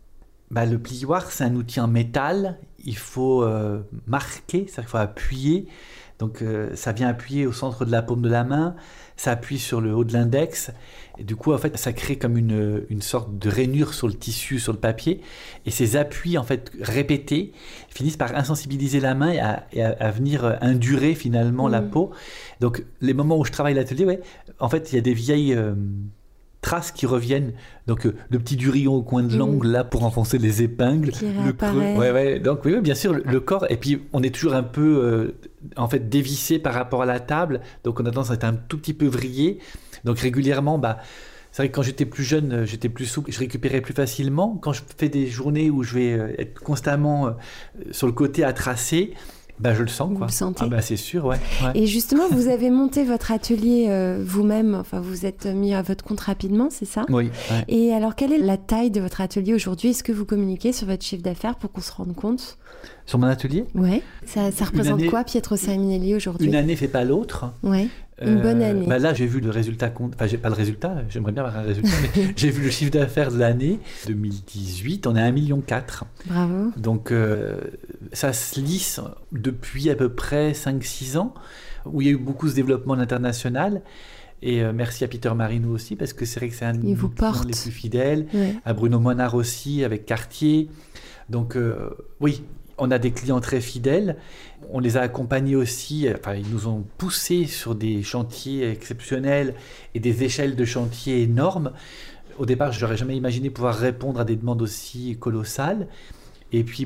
Le plioir, c'est un outil en métal. Il faut marquer, c'est-à-dire qu'il faut appuyer. Donc ça vient appuyer au centre de la paume de la main, ça appuie sur le haut de l'index, et du coup en fait ça crée comme une sorte de rainure sur le tissu, sur le papier, et ces appuis en fait répétés finissent par insensibiliser la main et à venir indurer finalement la peau. Donc les moments où je travaille à l'atelier, en fait il y a des vieilles traces qui reviennent, donc le petit durillon au coin de l'ongle là pour enfoncer les épingles, le creux, donc oui, bien sûr le corps, et puis on est toujours un peu en fait dévissé par rapport à la table, donc on a tendance à être un tout petit peu vrillé, donc régulièrement c'est vrai que quand j'étais plus jeune, j'étais plus souple, je récupérais plus facilement. Quand je fais des journées où je vais être constamment sur le côté à tracer, je le sens, quoi. Vous le sentez? C'est sûr, ouais. Et justement, vous avez monté votre atelier vous-même, vous êtes mis à votre compte rapidement, c'est ça? Oui. Ouais. Et alors, quelle est la taille de votre atelier aujourd'hui? Est-ce que vous communiquez sur votre chiffre d'affaires pour qu'on se rende compte? Sur mon atelier? Ouais. Ça représente quoi, Pietro Seminelli, aujourd'hui? Une année fait pas l'autre. Ouais. Une bonne année. Là, j'ai vu le résultat. J'ai pas le résultat, j'aimerais bien avoir un résultat, mais j'ai vu le chiffre d'affaires de l'année 2018. On est à 1,4 million. Bravo. Donc, ça se lisse depuis à peu près 5-6 ans, où il y a eu beaucoup de développement international. Et merci à Peter Marino aussi, parce que c'est vrai que c'est un des clients les plus fidèles. Ouais. À Bruno Monard aussi, avec Cartier. Donc, oui. On a des clients très fidèles, on les a accompagnés aussi, ils nous ont poussés sur des chantiers exceptionnels et des échelles de chantier énormes. Au départ, je n'aurais jamais imaginé pouvoir répondre à des demandes aussi colossales. Et puis,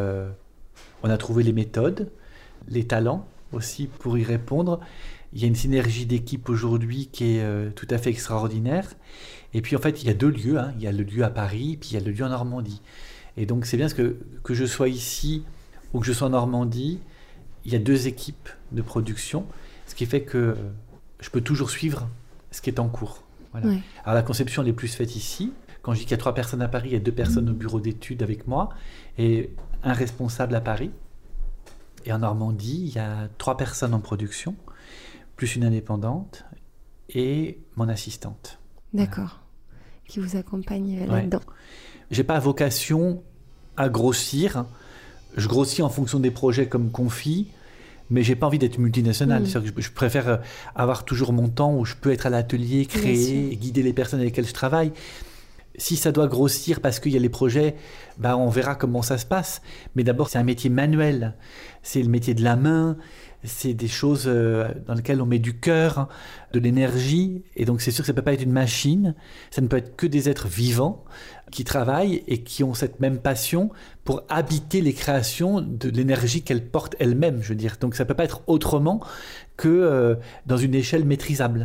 on a trouvé les méthodes, les talents aussi pour y répondre. Il y a une synergie d'équipe aujourd'hui qui est tout à fait extraordinaire. Et puis, en fait, il y a 2 lieux. Il y a le lieu à Paris, puis il y a le lieu en Normandie. Et donc, c'est bien que je sois ici ou que je sois en Normandie, il y a 2 équipes de production, ce qui fait que je peux toujours suivre ce qui est en cours. Voilà. Ouais. Alors, la conception, elle est plus faite ici. Quand je dis qu'il y a 3 personnes à Paris, il y a 2 personnes au bureau d'études avec moi et un responsable à Paris. Et en Normandie, il y a 3 personnes en production, plus une indépendante et mon assistante. D'accord. Voilà. Qui vous accompagne là-dedans. J'ai pas vocation à grossir. Je grossis en fonction des projets comme confit, mais j'ai pas envie d'être multinational. C'est-à-dire que je préfère avoir toujours mon temps où je peux être à l'atelier, créer, et guider les personnes avec lesquelles je travaille. Si ça doit grossir parce qu'il y a les projets, on verra comment ça se passe. Mais d'abord, c'est un métier manuel. C'est le métier de la main. C'est des choses dans lesquelles on met du cœur, de l'énergie. Et donc, c'est sûr que ça ne peut pas être une machine. Ça ne peut être que des êtres vivants qui travaillent et qui ont cette même passion pour habiter les créations de l'énergie qu'elles portent elles-mêmes, je veux dire. Donc, ça ne peut pas être autrement que dans une échelle maîtrisable.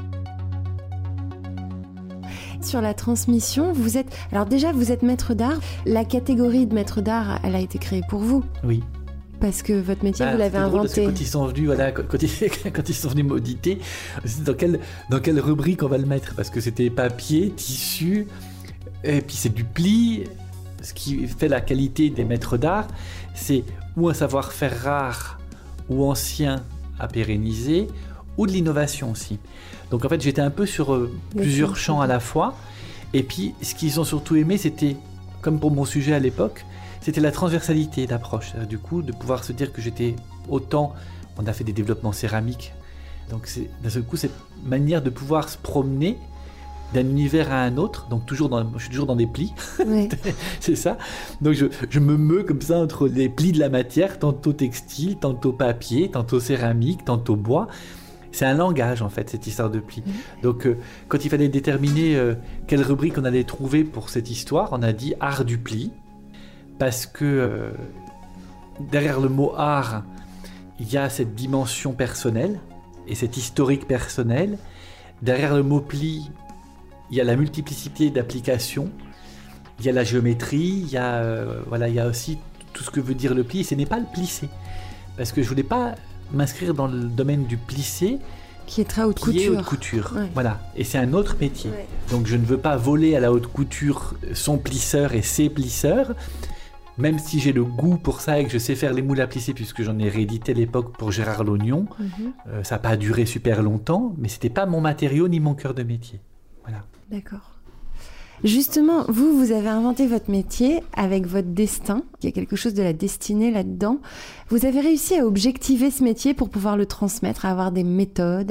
Sur la transmission, vous êtes maître d'art. La catégorie de maître d'art, elle a été créée pour vous. Oui. Parce que votre métier, vous l'avez inventé. Quand ils sont venus, quand ils sont venus m'auditer, dans quelle rubrique on va le mettre? Parce que c'était papier, tissu, et puis c'est du pli. ce qui fait la qualité des maîtres d'art, c'est ou un savoir-faire rare ou ancien à pérenniser, ou de l'innovation aussi. Donc en fait, j'étais un peu sur plusieurs champs à la fois. Et puis, ce qu'ils ont surtout aimé, c'était, comme pour mon sujet à l'époque, c'était la transversalité d'approche. Du coup, de pouvoir se dire que j'étais autant... On a fait des développements céramiques. Donc d'un seul coup, cette manière de pouvoir se promener d'un univers à un autre, donc je suis toujours dans des plis, oui. C'est ça. Donc je me meus comme ça entre les plis de la matière, tantôt textile, tantôt papier, tantôt céramique, tantôt bois. C'est un langage en fait, cette histoire de plis. Donc quand il fallait déterminer quelle rubrique on allait trouver pour cette histoire, on a dit art du pli, parce que derrière le mot art, il y a cette dimension personnelle et cette historique personnelle. Derrière le mot pli, il y a la multiplicité d'applications, il y a la géométrie, il y a aussi tout ce que veut dire le pli. Et ce n'est pas le plissé, parce que je voulais pas m'inscrire dans le domaine du plissé, qui est très haute couture. Ouais. Voilà, et c'est un autre métier. Ouais. Donc je ne veux pas voler à la haute couture son plisseur et ses plisseurs, même si j'ai le goût pour ça et que je sais faire les moules à plisser, puisque j'en ai réédité à l'époque pour Gérard Lognon. Ça n'a pas duré super longtemps, mais c'était pas mon matériau ni mon cœur de métier. Voilà. D'accord. Justement, vous avez inventé votre métier avec votre destin. Il y a quelque chose de la destinée là-dedans. Vous avez réussi à objectiver ce métier pour pouvoir le transmettre, à avoir des méthodes,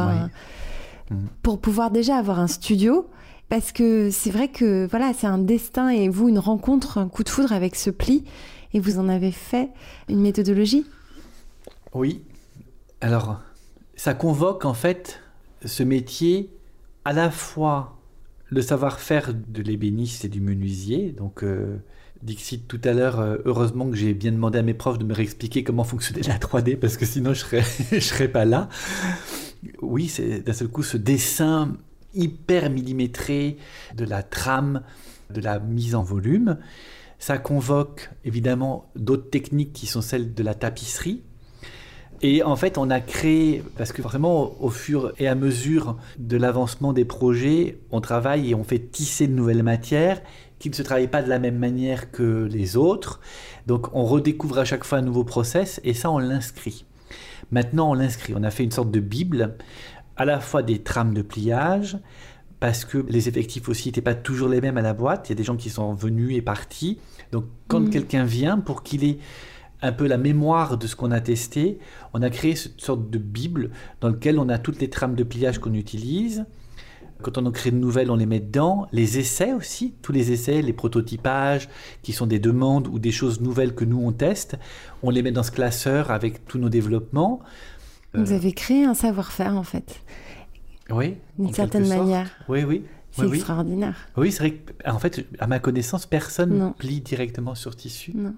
pour pouvoir déjà avoir un studio. Parce que c'est vrai que voilà, c'est un destin et vous, une rencontre, un coup de foudre avec ce pli. Et vous en avez fait une méthodologie. Oui. Alors, ça convoque en fait ce métier à la fois le savoir-faire de l'ébéniste et du menuisier. Donc, Dixit tout à l'heure, heureusement que j'ai bien demandé à mes profs de me réexpliquer comment fonctionnait la 3D, parce que sinon je serais pas là. Oui, c'est d'un seul coup ce dessin hyper millimétré de la trame, de la mise en volume. Ça convoque évidemment d'autres techniques qui sont celles de la tapisserie. Et en fait, on a créé, parce que forcément, au fur et à mesure de l'avancement des projets, on travaille et on fait tisser de nouvelles matières qui ne se travaillent pas de la même manière que les autres. Donc, on redécouvre à chaque fois un nouveau process et ça, on l'inscrit. Maintenant, on l'inscrit. On a fait une sorte de bible, à la fois des trames de pliage, parce que les effectifs aussi n'étaient pas toujours les mêmes à la boîte. Il y a des gens qui sont venus et partis. Donc, quand quelqu'un vient, pour qu'il ait un peu la mémoire de ce qu'on a testé, on a créé cette sorte de bible dans laquelle on a toutes les trames de pliage qu'on utilise. Quand on en crée de nouvelles, on les met dedans. Les essais aussi, tous les essais, les prototypages qui sont des demandes ou des choses nouvelles que nous on teste, on les met dans ce classeur avec tous nos développements. Vous avez créé un savoir-faire en fait. Oui. D'une certaine manière. Oui. C'est extraordinaire. Oui, c'est vrai qu'en fait, à ma connaissance, personne ne plie directement sur tissu. Non.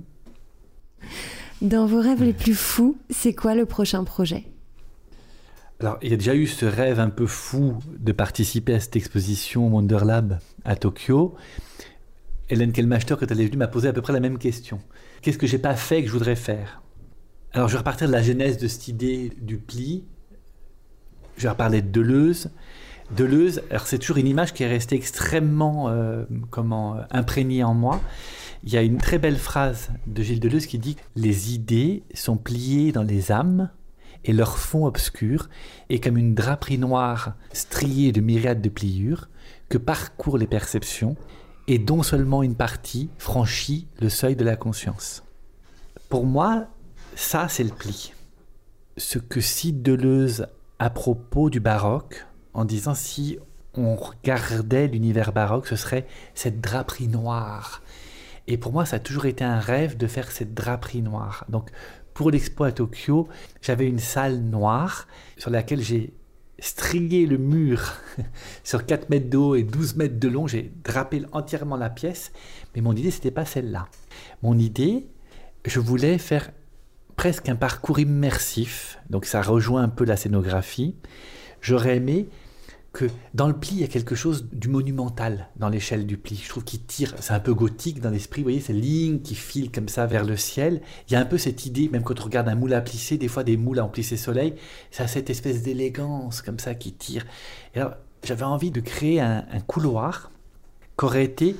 Dans vos rêves les plus fous, c'est quoi le prochain projet ? Alors, il y a déjà eu ce rêve un peu fou de participer à cette exposition Wonderlab à Tokyo. Hélène Kellmaster, quand elle est venue, m'a posé à peu près la même question. Qu'est-ce que j'ai pas fait que je voudrais faire ? Alors, je vais repartir de la genèse de cette idée du pli. Je vais reparler de Deleuze. Deleuze, alors c'est toujours une image qui est restée extrêmement imprégnée en moi. Il y a une très belle phrase de Gilles Deleuze qui dit « Les idées sont pliées dans les âmes et leur fond obscur est comme une draperie noire striée de myriades de pliures que parcourent les perceptions et dont seulement une partie franchit le seuil de la conscience. » Pour moi, ça c'est le pli. Ce que cite Deleuze à propos du baroque, en disant si on regardait l'univers baroque, ce serait cette draperie noire. Et pour moi, ça a toujours été un rêve de faire cette draperie noire. Donc, pour l'expo à Tokyo, j'avais une salle noire sur laquelle j'ai strié le mur sur 4 mètres de haut et 12 mètres de long. J'ai drapé entièrement la pièce. Mais mon idée, c'était pas celle-là. Mon idée, je voulais faire presque un parcours immersif. Donc, ça rejoint un peu la scénographie. J'aurais aimé que dans le pli, il y a quelque chose du monumental dans l'échelle du pli. Je trouve qu'il tire, c'est un peu gothique dans l'esprit, vous voyez, ces lignes qui filent comme ça vers le ciel. Il y a un peu cette idée, même quand on regarde un moule à plisser, des fois des moules à plisser soleil, ça a cette espèce d'élégance comme ça qui tire. Et alors, j'avais envie de créer un couloir qui aurait été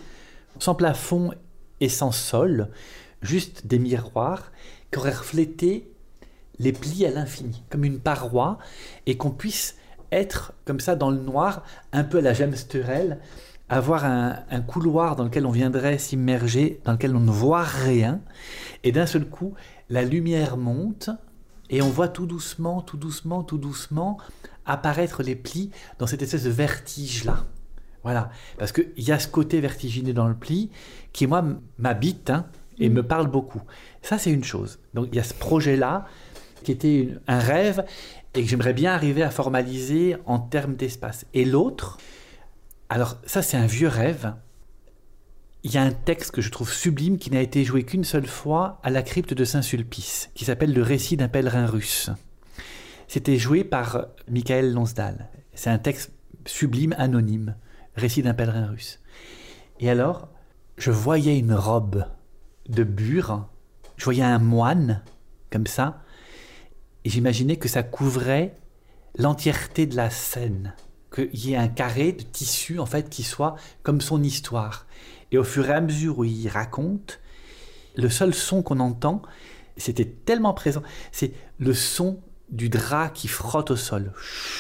sans plafond et sans sol, juste des miroirs qui auraient reflété les plis à l'infini, comme une paroi, et qu'on puisse être comme ça dans le noir, un peu à la James Turrell, avoir un couloir dans lequel on viendrait s'immerger, dans lequel on ne voit rien, et d'un seul coup, la lumière monte, et on voit tout doucement apparaître les plis dans cette espèce de vertige-là. Voilà, parce qu'il y a ce côté vertigineux dans le pli qui, moi, m'habite et me parle beaucoup. Ça, c'est une chose. Donc, il y a ce projet-là qui était un rêve et que j'aimerais bien arriver à formaliser en termes d'espace. Et l'autre, alors ça, c'est un vieux rêve. Il y a un texte que je trouve sublime qui n'a été joué qu'une seule fois à la crypte de Saint-Sulpice, qui s'appelle « Le récit d'un pèlerin russe ». C'était joué par Michael Lonsdal. C'est un texte sublime, anonyme, « Récit d'un pèlerin russe ». Et alors, je voyais une robe de bure, je voyais un moine, comme ça, et j'imaginais que ça couvrait l'entièreté de la scène, qu'il y ait un carré de tissu, en fait, qui soit comme son histoire. Et au fur et à mesure où il raconte, le seul son qu'on entend, c'était tellement présent, c'est le son du drap qui frotte au sol.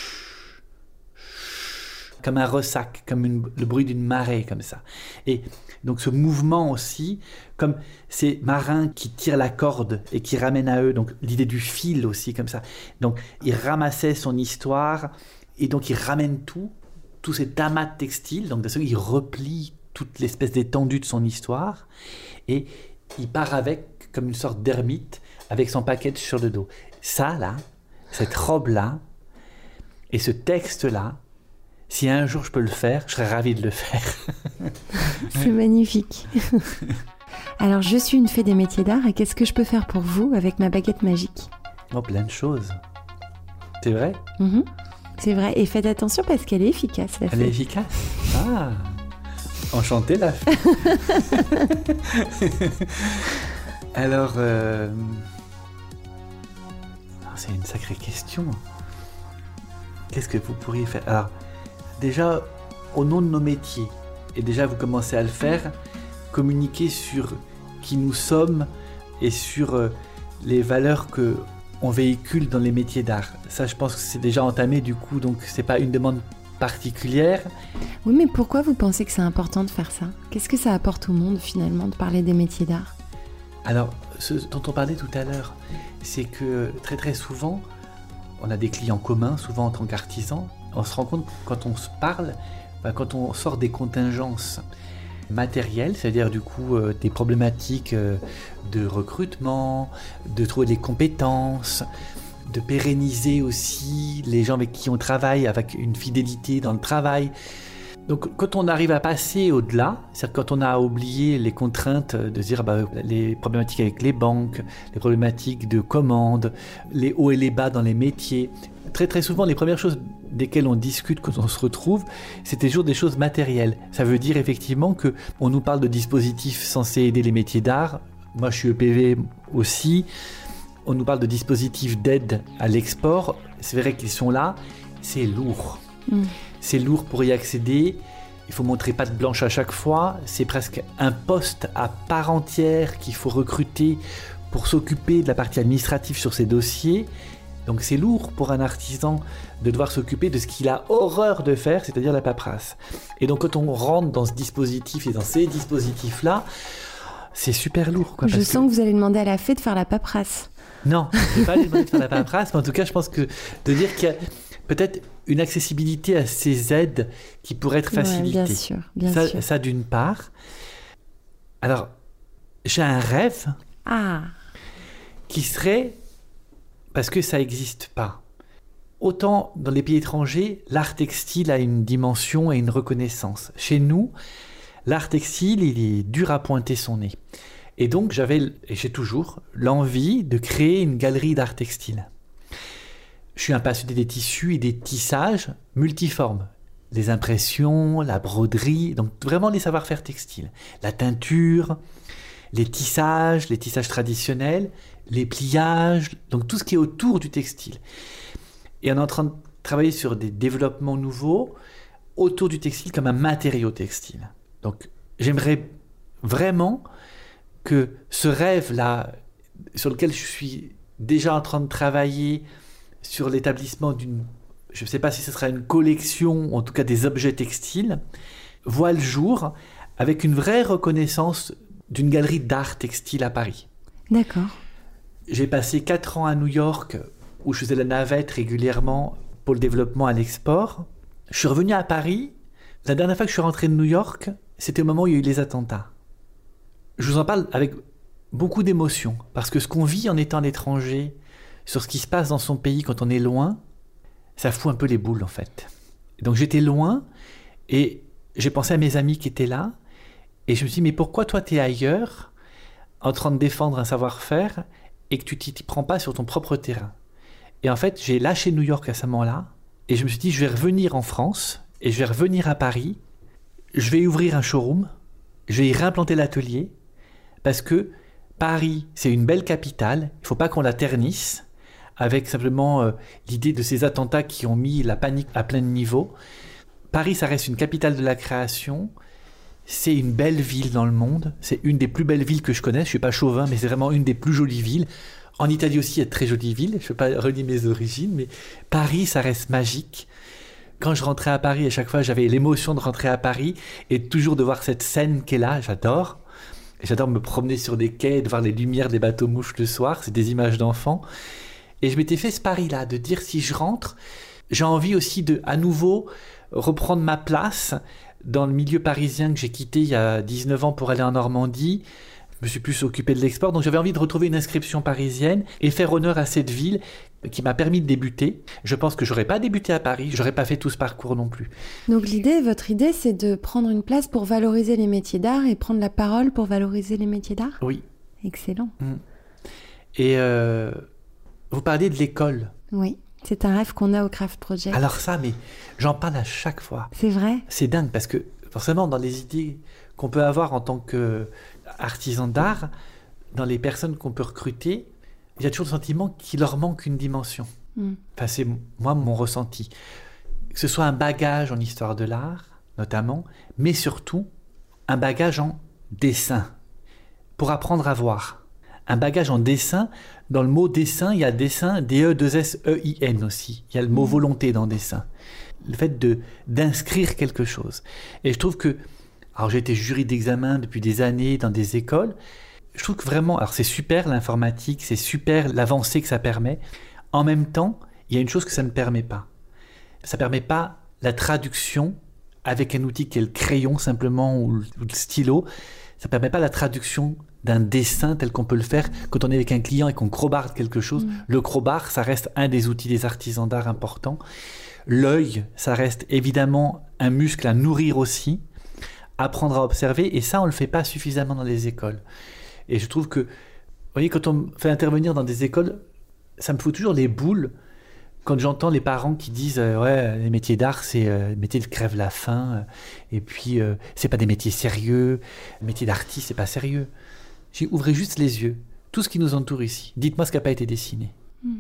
Comme un ressac, comme le bruit d'une marée, comme ça. Et donc ce mouvement aussi, comme ces marins qui tirent la corde et qui ramènent à eux, donc l'idée du fil aussi, comme ça. Donc il ramassait son histoire, et donc il ramène tous ces amas de textiles, donc de ce il replie toute l'espèce d'étendue de son histoire, et il part avec, comme une sorte d'ermite, avec son package sur le dos. Ça, là, cette robe-là, et ce texte-là, si un jour je peux le faire, je serais ravi de le faire. C'est magnifique. Alors, je suis une fée des métiers d'art, et qu'est-ce que je peux faire pour vous avec ma baguette magique ? Oh, plein de choses. C'est vrai ? C'est vrai, et faites attention parce qu'elle est efficace, la fée. Elle est efficace ? Ah, enchantée, la fée. Alors, c'est une sacrée question. Qu'est-ce que vous pourriez faire ? Alors, déjà, au nom de nos métiers, et déjà vous commencez à le faire, communiquer sur qui nous sommes et sur les valeurs que on véhicule dans les métiers d'art. Ça, je pense que c'est déjà entamé du coup, donc c'est pas une demande particulière. Oui, mais pourquoi vous pensez que c'est important de faire ça ? Qu'est-ce que ça apporte au monde finalement de parler des métiers d'art ? Alors, ce dont on parlait tout à l'heure, c'est que très très souvent, on a des clients communs, souvent en tant qu'artisans, on se rend compte quand on se parle, quand on sort des contingences matérielles, c'est-à-dire du coup des problématiques de recrutement, de trouver des compétences, de pérenniser aussi les gens avec qui on travaille, avec une fidélité dans le travail. Donc quand on arrive à passer au-delà, c'est-à-dire quand on a oublié les contraintes de dire les problématiques avec les banques, les problématiques de commandes, les hauts et les bas dans les métiers, très très souvent les premières choses desquelles on discute quand on se retrouve, c'est toujours des choses matérielles. Ça veut dire effectivement qu'on nous parle de dispositifs censés aider les métiers d'art. Moi je suis EPV aussi. On nous parle de dispositifs d'aide à l'export. C'est vrai qu'ils sont là. C'est lourd. C'est lourd pour y accéder. Il faut montrer patte blanche à chaque fois. C'est presque un poste à part entière qu'il faut recruter pour s'occuper de la partie administrative sur ces dossiers. Donc c'est lourd pour un artisan de devoir s'occuper de ce qu'il a horreur de faire, c'est-à-dire la paperasse. Et donc quand on rentre dans ce dispositif et dans ces dispositifs-là, c'est super lourd. Je sens que vous allez demander à la fée de faire la paperasse. Non, je ne vais pas lui demander de faire la paperasse, mais en tout cas je pense que de dire qu'il y a peut-être une accessibilité à ces aides qui pourraient être facilitées. Ouais, bien sûr. Ça d'une part. Alors, j'ai un rêve qui serait, parce que ça n'existe pas. Autant dans les pays étrangers, l'art textile a une dimension et une reconnaissance. Chez nous, l'art textile, il est dur à pointer son nez. Et donc, j'avais, et j'ai toujours, l'envie de créer une galerie d'art textile. Je suis un passionné des tissus et des tissages multiformes. Les impressions, la broderie, donc vraiment les savoir-faire textiles. La teinture, les tissages traditionnels, les pliages, donc tout ce qui est autour du textile. Et on est en train de travailler sur des développements nouveaux autour du textile comme un matériau textile. Donc j'aimerais vraiment que ce rêve-là, sur lequel je suis déjà en train de travailler, sur l'établissement d'une, je ne sais pas si ce sera une collection, en tout cas des objets textiles, voit le jour avec une vraie reconnaissance d'une galerie d'art textile à Paris. D'accord. J'ai passé 4 ans à New York, où je faisais la navette régulièrement pour le développement à l'export. Je suis revenu à Paris. La dernière fois que je suis rentré de New York, c'était au moment où il y a eu les attentats. Je vous en parle avec beaucoup d'émotion, parce que ce qu'on vit en étant à l'étranger, sur ce qui se passe dans son pays quand on est loin, ça fout un peu les boules en fait. Donc j'étais loin, et j'ai pensé à mes amis qui étaient là, et je me suis dit, mais pourquoi toi t'es ailleurs, en train de défendre un savoir-faire, et que tu t'y prends pas sur ton propre terrain? Et en fait, j'ai lâché New York à ce moment-là, et je me suis dit, je vais revenir en France, et je vais revenir à Paris, je vais ouvrir un showroom, je vais y réimplanter l'atelier, parce que Paris, c'est une belle capitale, il ne faut pas qu'on la ternisse, avec simplement l'idée de ces attentats qui ont mis la panique à plein niveau. Paris, ça reste une capitale de la création, c'est une belle ville dans le monde, c'est une des plus belles villes que je connais, je ne suis pas chauvin, mais c'est vraiment une des plus jolies villes. En Italie aussi, il y a de très jolies villes, je ne vais pas renier mes origines, mais Paris, ça reste magique. Quand je rentrais à Paris, à chaque fois, j'avais l'émotion de rentrer à Paris et toujours de voir cette scène qui est là, j'adore. Et j'adore me promener sur des quais, de voir les lumières des bateaux-mouches le soir, c'est des images d'enfants. Et je m'étais fait ce pari-là, de dire si je rentre, j'ai envie aussi de, à nouveau, reprendre ma place dans le milieu parisien que j'ai quitté il y a 19 ans pour aller en Normandie. Je me suis plus occupé de l'export, donc j'avais envie de retrouver une inscription parisienne et faire honneur à cette ville qui m'a permis de débuter. Je pense que j'aurais pas débuté à Paris, j'aurais pas fait tout ce parcours non plus. Donc votre idée, c'est de prendre une place pour valoriser les métiers d'art et prendre la parole pour valoriser les métiers d'art ? Oui. Excellent. Et vous parliez de l'école. Oui, c'est un rêve qu'on a au Craft Project. Alors ça, mais j'en parle à chaque fois. C'est vrai ? C'est dingue, parce que forcément, dans les idées qu'on peut avoir en tant qu'artisan d'art, dans les personnes qu'on peut recruter, il y a toujours le sentiment qu'il leur manque une dimension. Enfin, c'est moi mon ressenti. Que ce soit un bagage en histoire de l'art, notamment, mais surtout un bagage en dessin, pour apprendre à voir. Un bagage en dessin, dans le mot dessin, il y a dessin, D-E-2-S-E-I-N aussi. Il y a le mot volonté dans dessin. Le fait d'inscrire quelque chose. Et je trouve que, alors j'ai été jury d'examen depuis des années dans des écoles, je trouve que vraiment, alors c'est super l'informatique, c'est super l'avancée que ça permet. En même temps, il y a une chose que ça ne permet pas. Ça ne permet pas la traduction avec un outil qui est le crayon simplement ou le stylo. Ça ne permet pas la traduction d'un dessin tel qu'on peut le faire quand on est avec un client et qu'on crobarde quelque chose. Le crowbar, ça reste un des outils des artisans d'art importants. L'œil, ça reste évidemment un muscle à nourrir aussi, apprendre à observer, et ça, on ne le fait pas suffisamment dans les écoles. Et je trouve que, vous voyez, quand on me fait intervenir dans des écoles, ça me fout toujours les boules quand j'entends les parents qui disent ouais, les métiers d'art, c'est des métiers de crève la faim, et puis c'est pas des métiers sérieux, le métier d'artiste, c'est pas sérieux. J'ai ouvrez juste les yeux, tout ce qui nous entoure ici. Dites-moi ce qui n'a pas été dessiné.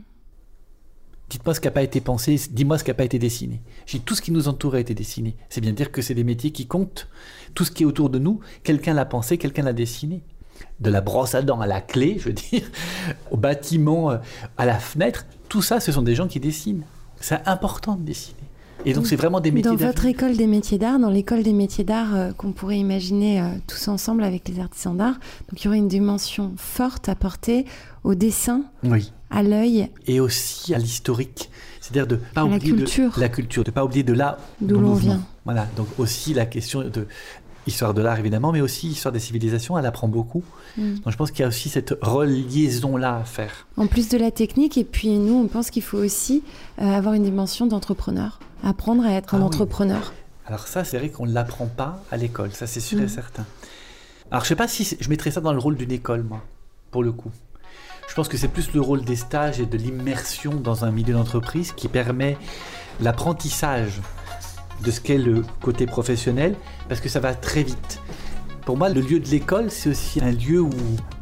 Dites-moi ce qui n'a pas été pensé, dis-moi ce qui n'a pas été dessiné. J'ai dit, tout ce qui nous entoure a été dessiné. C'est bien dire que c'est des métiers qui comptent. Tout ce qui est autour de nous, quelqu'un l'a pensé, quelqu'un l'a dessiné. De la brosse à dents à la clé, je veux dire, au bâtiment, à la fenêtre, tout ça, ce sont des gens qui dessinent. C'est important de dessiner. Et donc, c'est vraiment des métiers d'art. Dans votre école des métiers d'art, dans l'école des métiers d'art qu'on pourrait imaginer tous ensemble avec les artisans d'art, donc il y aurait une dimension forte apportée au dessin, oui, à l'œil. Et aussi à l'historique. C'est-à-dire de ne pas oublier la culture, de ne pas oublier de là d'où l'on vient. Voilà, donc aussi la question de histoire de l'art évidemment, mais aussi histoire des civilisations, elle apprend beaucoup. Donc je pense qu'il y a aussi cette reliaison-là à faire. En plus de la technique, et puis nous, on pense qu'il faut aussi avoir une dimension d'entrepreneur, apprendre à être un entrepreneur. Oui. Alors ça, c'est vrai qu'on ne l'apprend pas à l'école, ça c'est sûr et certain. Alors je ne sais pas si je mettrais ça dans le rôle d'une école, moi, pour le coup. Je pense que c'est plus le rôle des stages et de l'immersion dans un milieu d'entreprise qui permet l'apprentissage de ce qu'est le côté professionnel, parce que ça va très vite. Pour moi, le lieu de l'école, c'est aussi un lieu où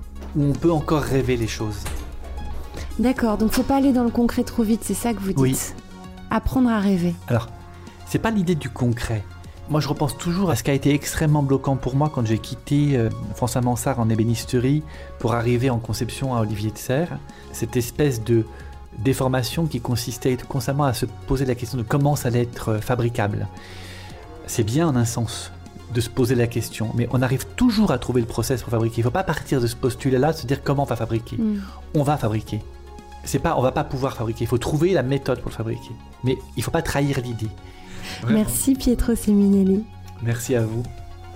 on peut encore rêver les choses. D'accord, donc faut pas aller dans le concret trop vite, c'est ça que vous dites. Oui. Apprendre à rêver. Alors, c'est pas l'idée du concret, Moi, je repense toujours à ce qui a été extrêmement bloquant pour moi quand j'ai quitté François Mansart en ébénisterie pour arriver en conception à Olivier de Serres. Cette espèce de déformation qui consistait constamment à se poser la question de comment ça allait être fabricable. C'est bien en un sens de se poser la question, mais on arrive toujours à trouver le process pour fabriquer. Il ne faut pas partir de ce postulat-là, de se dire comment on va fabriquer. On va fabriquer. On va pas pouvoir fabriquer, il faut trouver la méthode pour le fabriquer. Mais il ne faut pas trahir l'idée. Vraiment. Merci Pietro Seminelli. Merci à vous.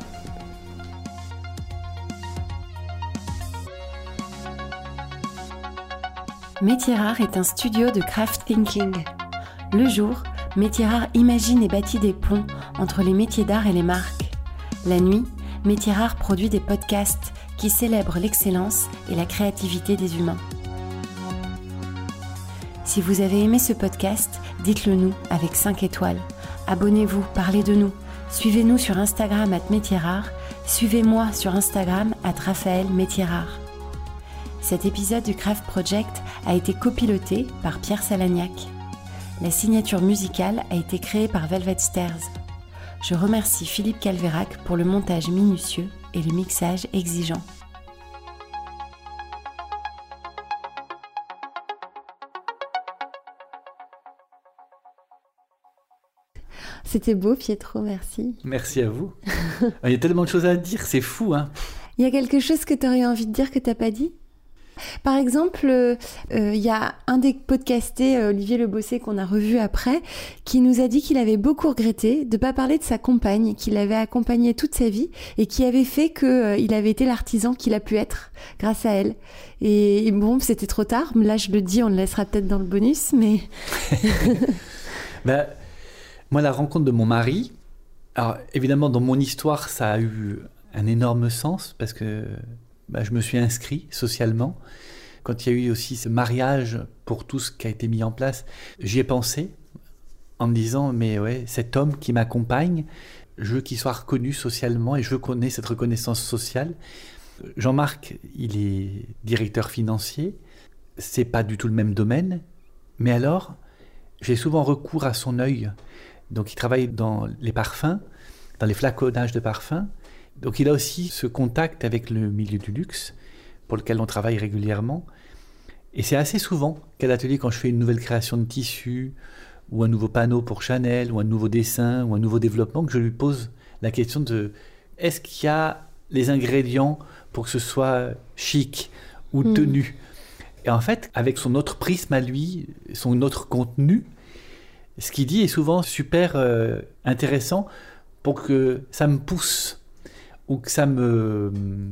Métiers Rares est un studio de craft thinking. Le jour, Métiers Rares imagine et bâtit des ponts entre les métiers d'art et les marques. La nuit, Métiers Rares produit des podcasts qui célèbrent l'excellence et la créativité des humains. Si vous avez aimé ce podcast, dites-le nous avec 5 étoiles. Abonnez-vous, parlez de nous. Suivez-nous sur Instagram @métiersrares. Suivez-moi sur Instagram @RaphaëlMétiersRares. Cet épisode du Craft Project a été copiloté par Pierre Salagnac. La signature musicale a été créée par Velvet Stairs. Je remercie Philippe Calvérac pour le montage minutieux et le mixage exigeant. C'était beau, Pietro, merci. Merci à vous. Il y a tellement de choses à dire, c'est fou, hein. Il y a quelque chose que tu aurais envie de dire que tu n'as pas dit ? Par exemple, il y a un des podcastés, Olivier Le Bossé, qu'on a revu après, qui nous a dit qu'il avait beaucoup regretté de ne pas parler de sa compagne, qu'il avait accompagnée toute sa vie et qui avait fait qu'il avait été l'artisan qu'il a pu être grâce à elle. Et bon, c'était trop tard. Là, je le dis, on le laissera peut-être dans le bonus, mais... Moi, la rencontre de mon mari, alors évidemment, dans mon histoire, ça a eu un énorme sens parce que je me suis inscrit socialement. Quand il y a eu aussi ce mariage pour tout ce qui a été mis en place, j'y ai pensé en me disant, mais ouais, cet homme qui m'accompagne, je veux qu'il soit reconnu socialement et je veux qu'on ait cette reconnaissance sociale. Jean-Marc, il est directeur financier, c'est pas du tout le même domaine, mais alors, j'ai souvent recours à son œil. Donc il travaille dans les parfums, dans les flaconnages de parfums. Donc il a aussi ce contact avec le milieu du luxe, pour lequel on travaille régulièrement. Et c'est assez souvent qu'à l'atelier, quand je fais une nouvelle création de tissu, ou un nouveau panneau pour Chanel, ou un nouveau dessin, ou un nouveau développement, que je lui pose la question de est-ce qu'il y a les ingrédients pour que ce soit chic ou tenu ? Et en fait, avec son autre prisme à lui, son autre contenu, ce qu'il dit est souvent super intéressant pour que ça me pousse ou que ça me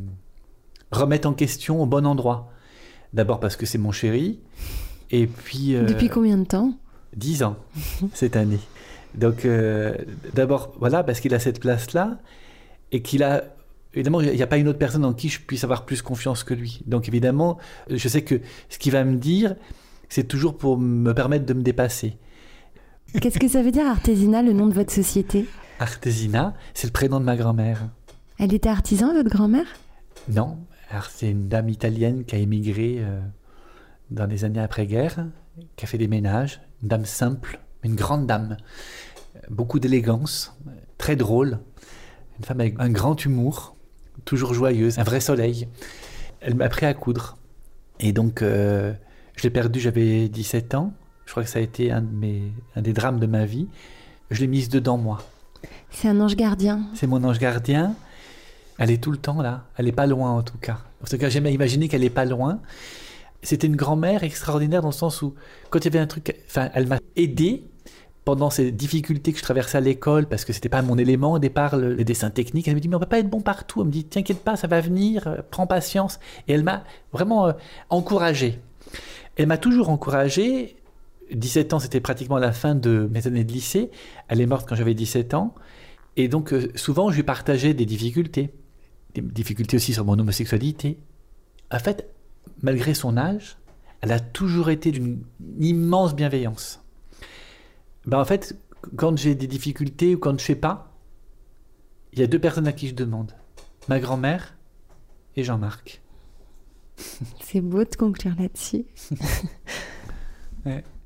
remette en question au bon endroit. D'abord parce que c'est mon chéri, et puis... Depuis combien de temps ? 10 ans, cette année. Donc, d'abord, voilà, parce qu'il a cette place-là, et qu'il a... Évidemment, il n'y a pas une autre personne en qui je puisse avoir plus confiance que lui. Donc, évidemment, je sais que ce qu'il va me dire, c'est toujours pour me permettre de me dépasser. Qu'est-ce que ça veut dire Artesina, le nom de votre société ? Artesina, c'est le prénom de ma grand-mère. Elle était artisan, votre grand-mère ? Non, alors c'est une dame italienne qui a émigré dans les années après-guerre, qui a fait des ménages, une dame simple, une grande dame, beaucoup d'élégance, très drôle, une femme avec un grand humour, toujours joyeuse, un vrai soleil. Elle m'a appris à coudre. Et donc, je l'ai perdue, j'avais 17 ans. Je crois que ça a été un des drames de ma vie. Je l'ai mise dedans, moi. C'est un ange gardien. C'est mon ange gardien. Elle est tout le temps là. Elle n'est pas loin, en tout cas. En tout cas, j'aime imaginer qu'elle n'est pas loin. C'était une grand-mère extraordinaire dans le sens où, quand il y avait un truc... Enfin, elle m'a aidé pendant ces difficultés que je traversais à l'école, parce que c'était pas mon élément au départ, les dessins techniques. Elle me dit, mais on peut pas être bon partout. Elle me dit, t'inquiète pas, ça va venir, prends patience. Et elle m'a vraiment encouragé. Elle m'a toujours encouragé. 17 ans, c'était pratiquement la fin de mes années de lycée. Elle est morte quand j'avais 17 ans. Et donc, souvent, je lui partageais des difficultés. Des difficultés aussi sur mon homosexualité. En fait, malgré son âge, elle a toujours été d'une immense bienveillance. En fait, quand j'ai des difficultés ou quand je ne sais pas, il y a 2 personnes à qui je demande. Ma grand-mère et Jean-Marc. C'est beau de conclure là-dessus. Ouais.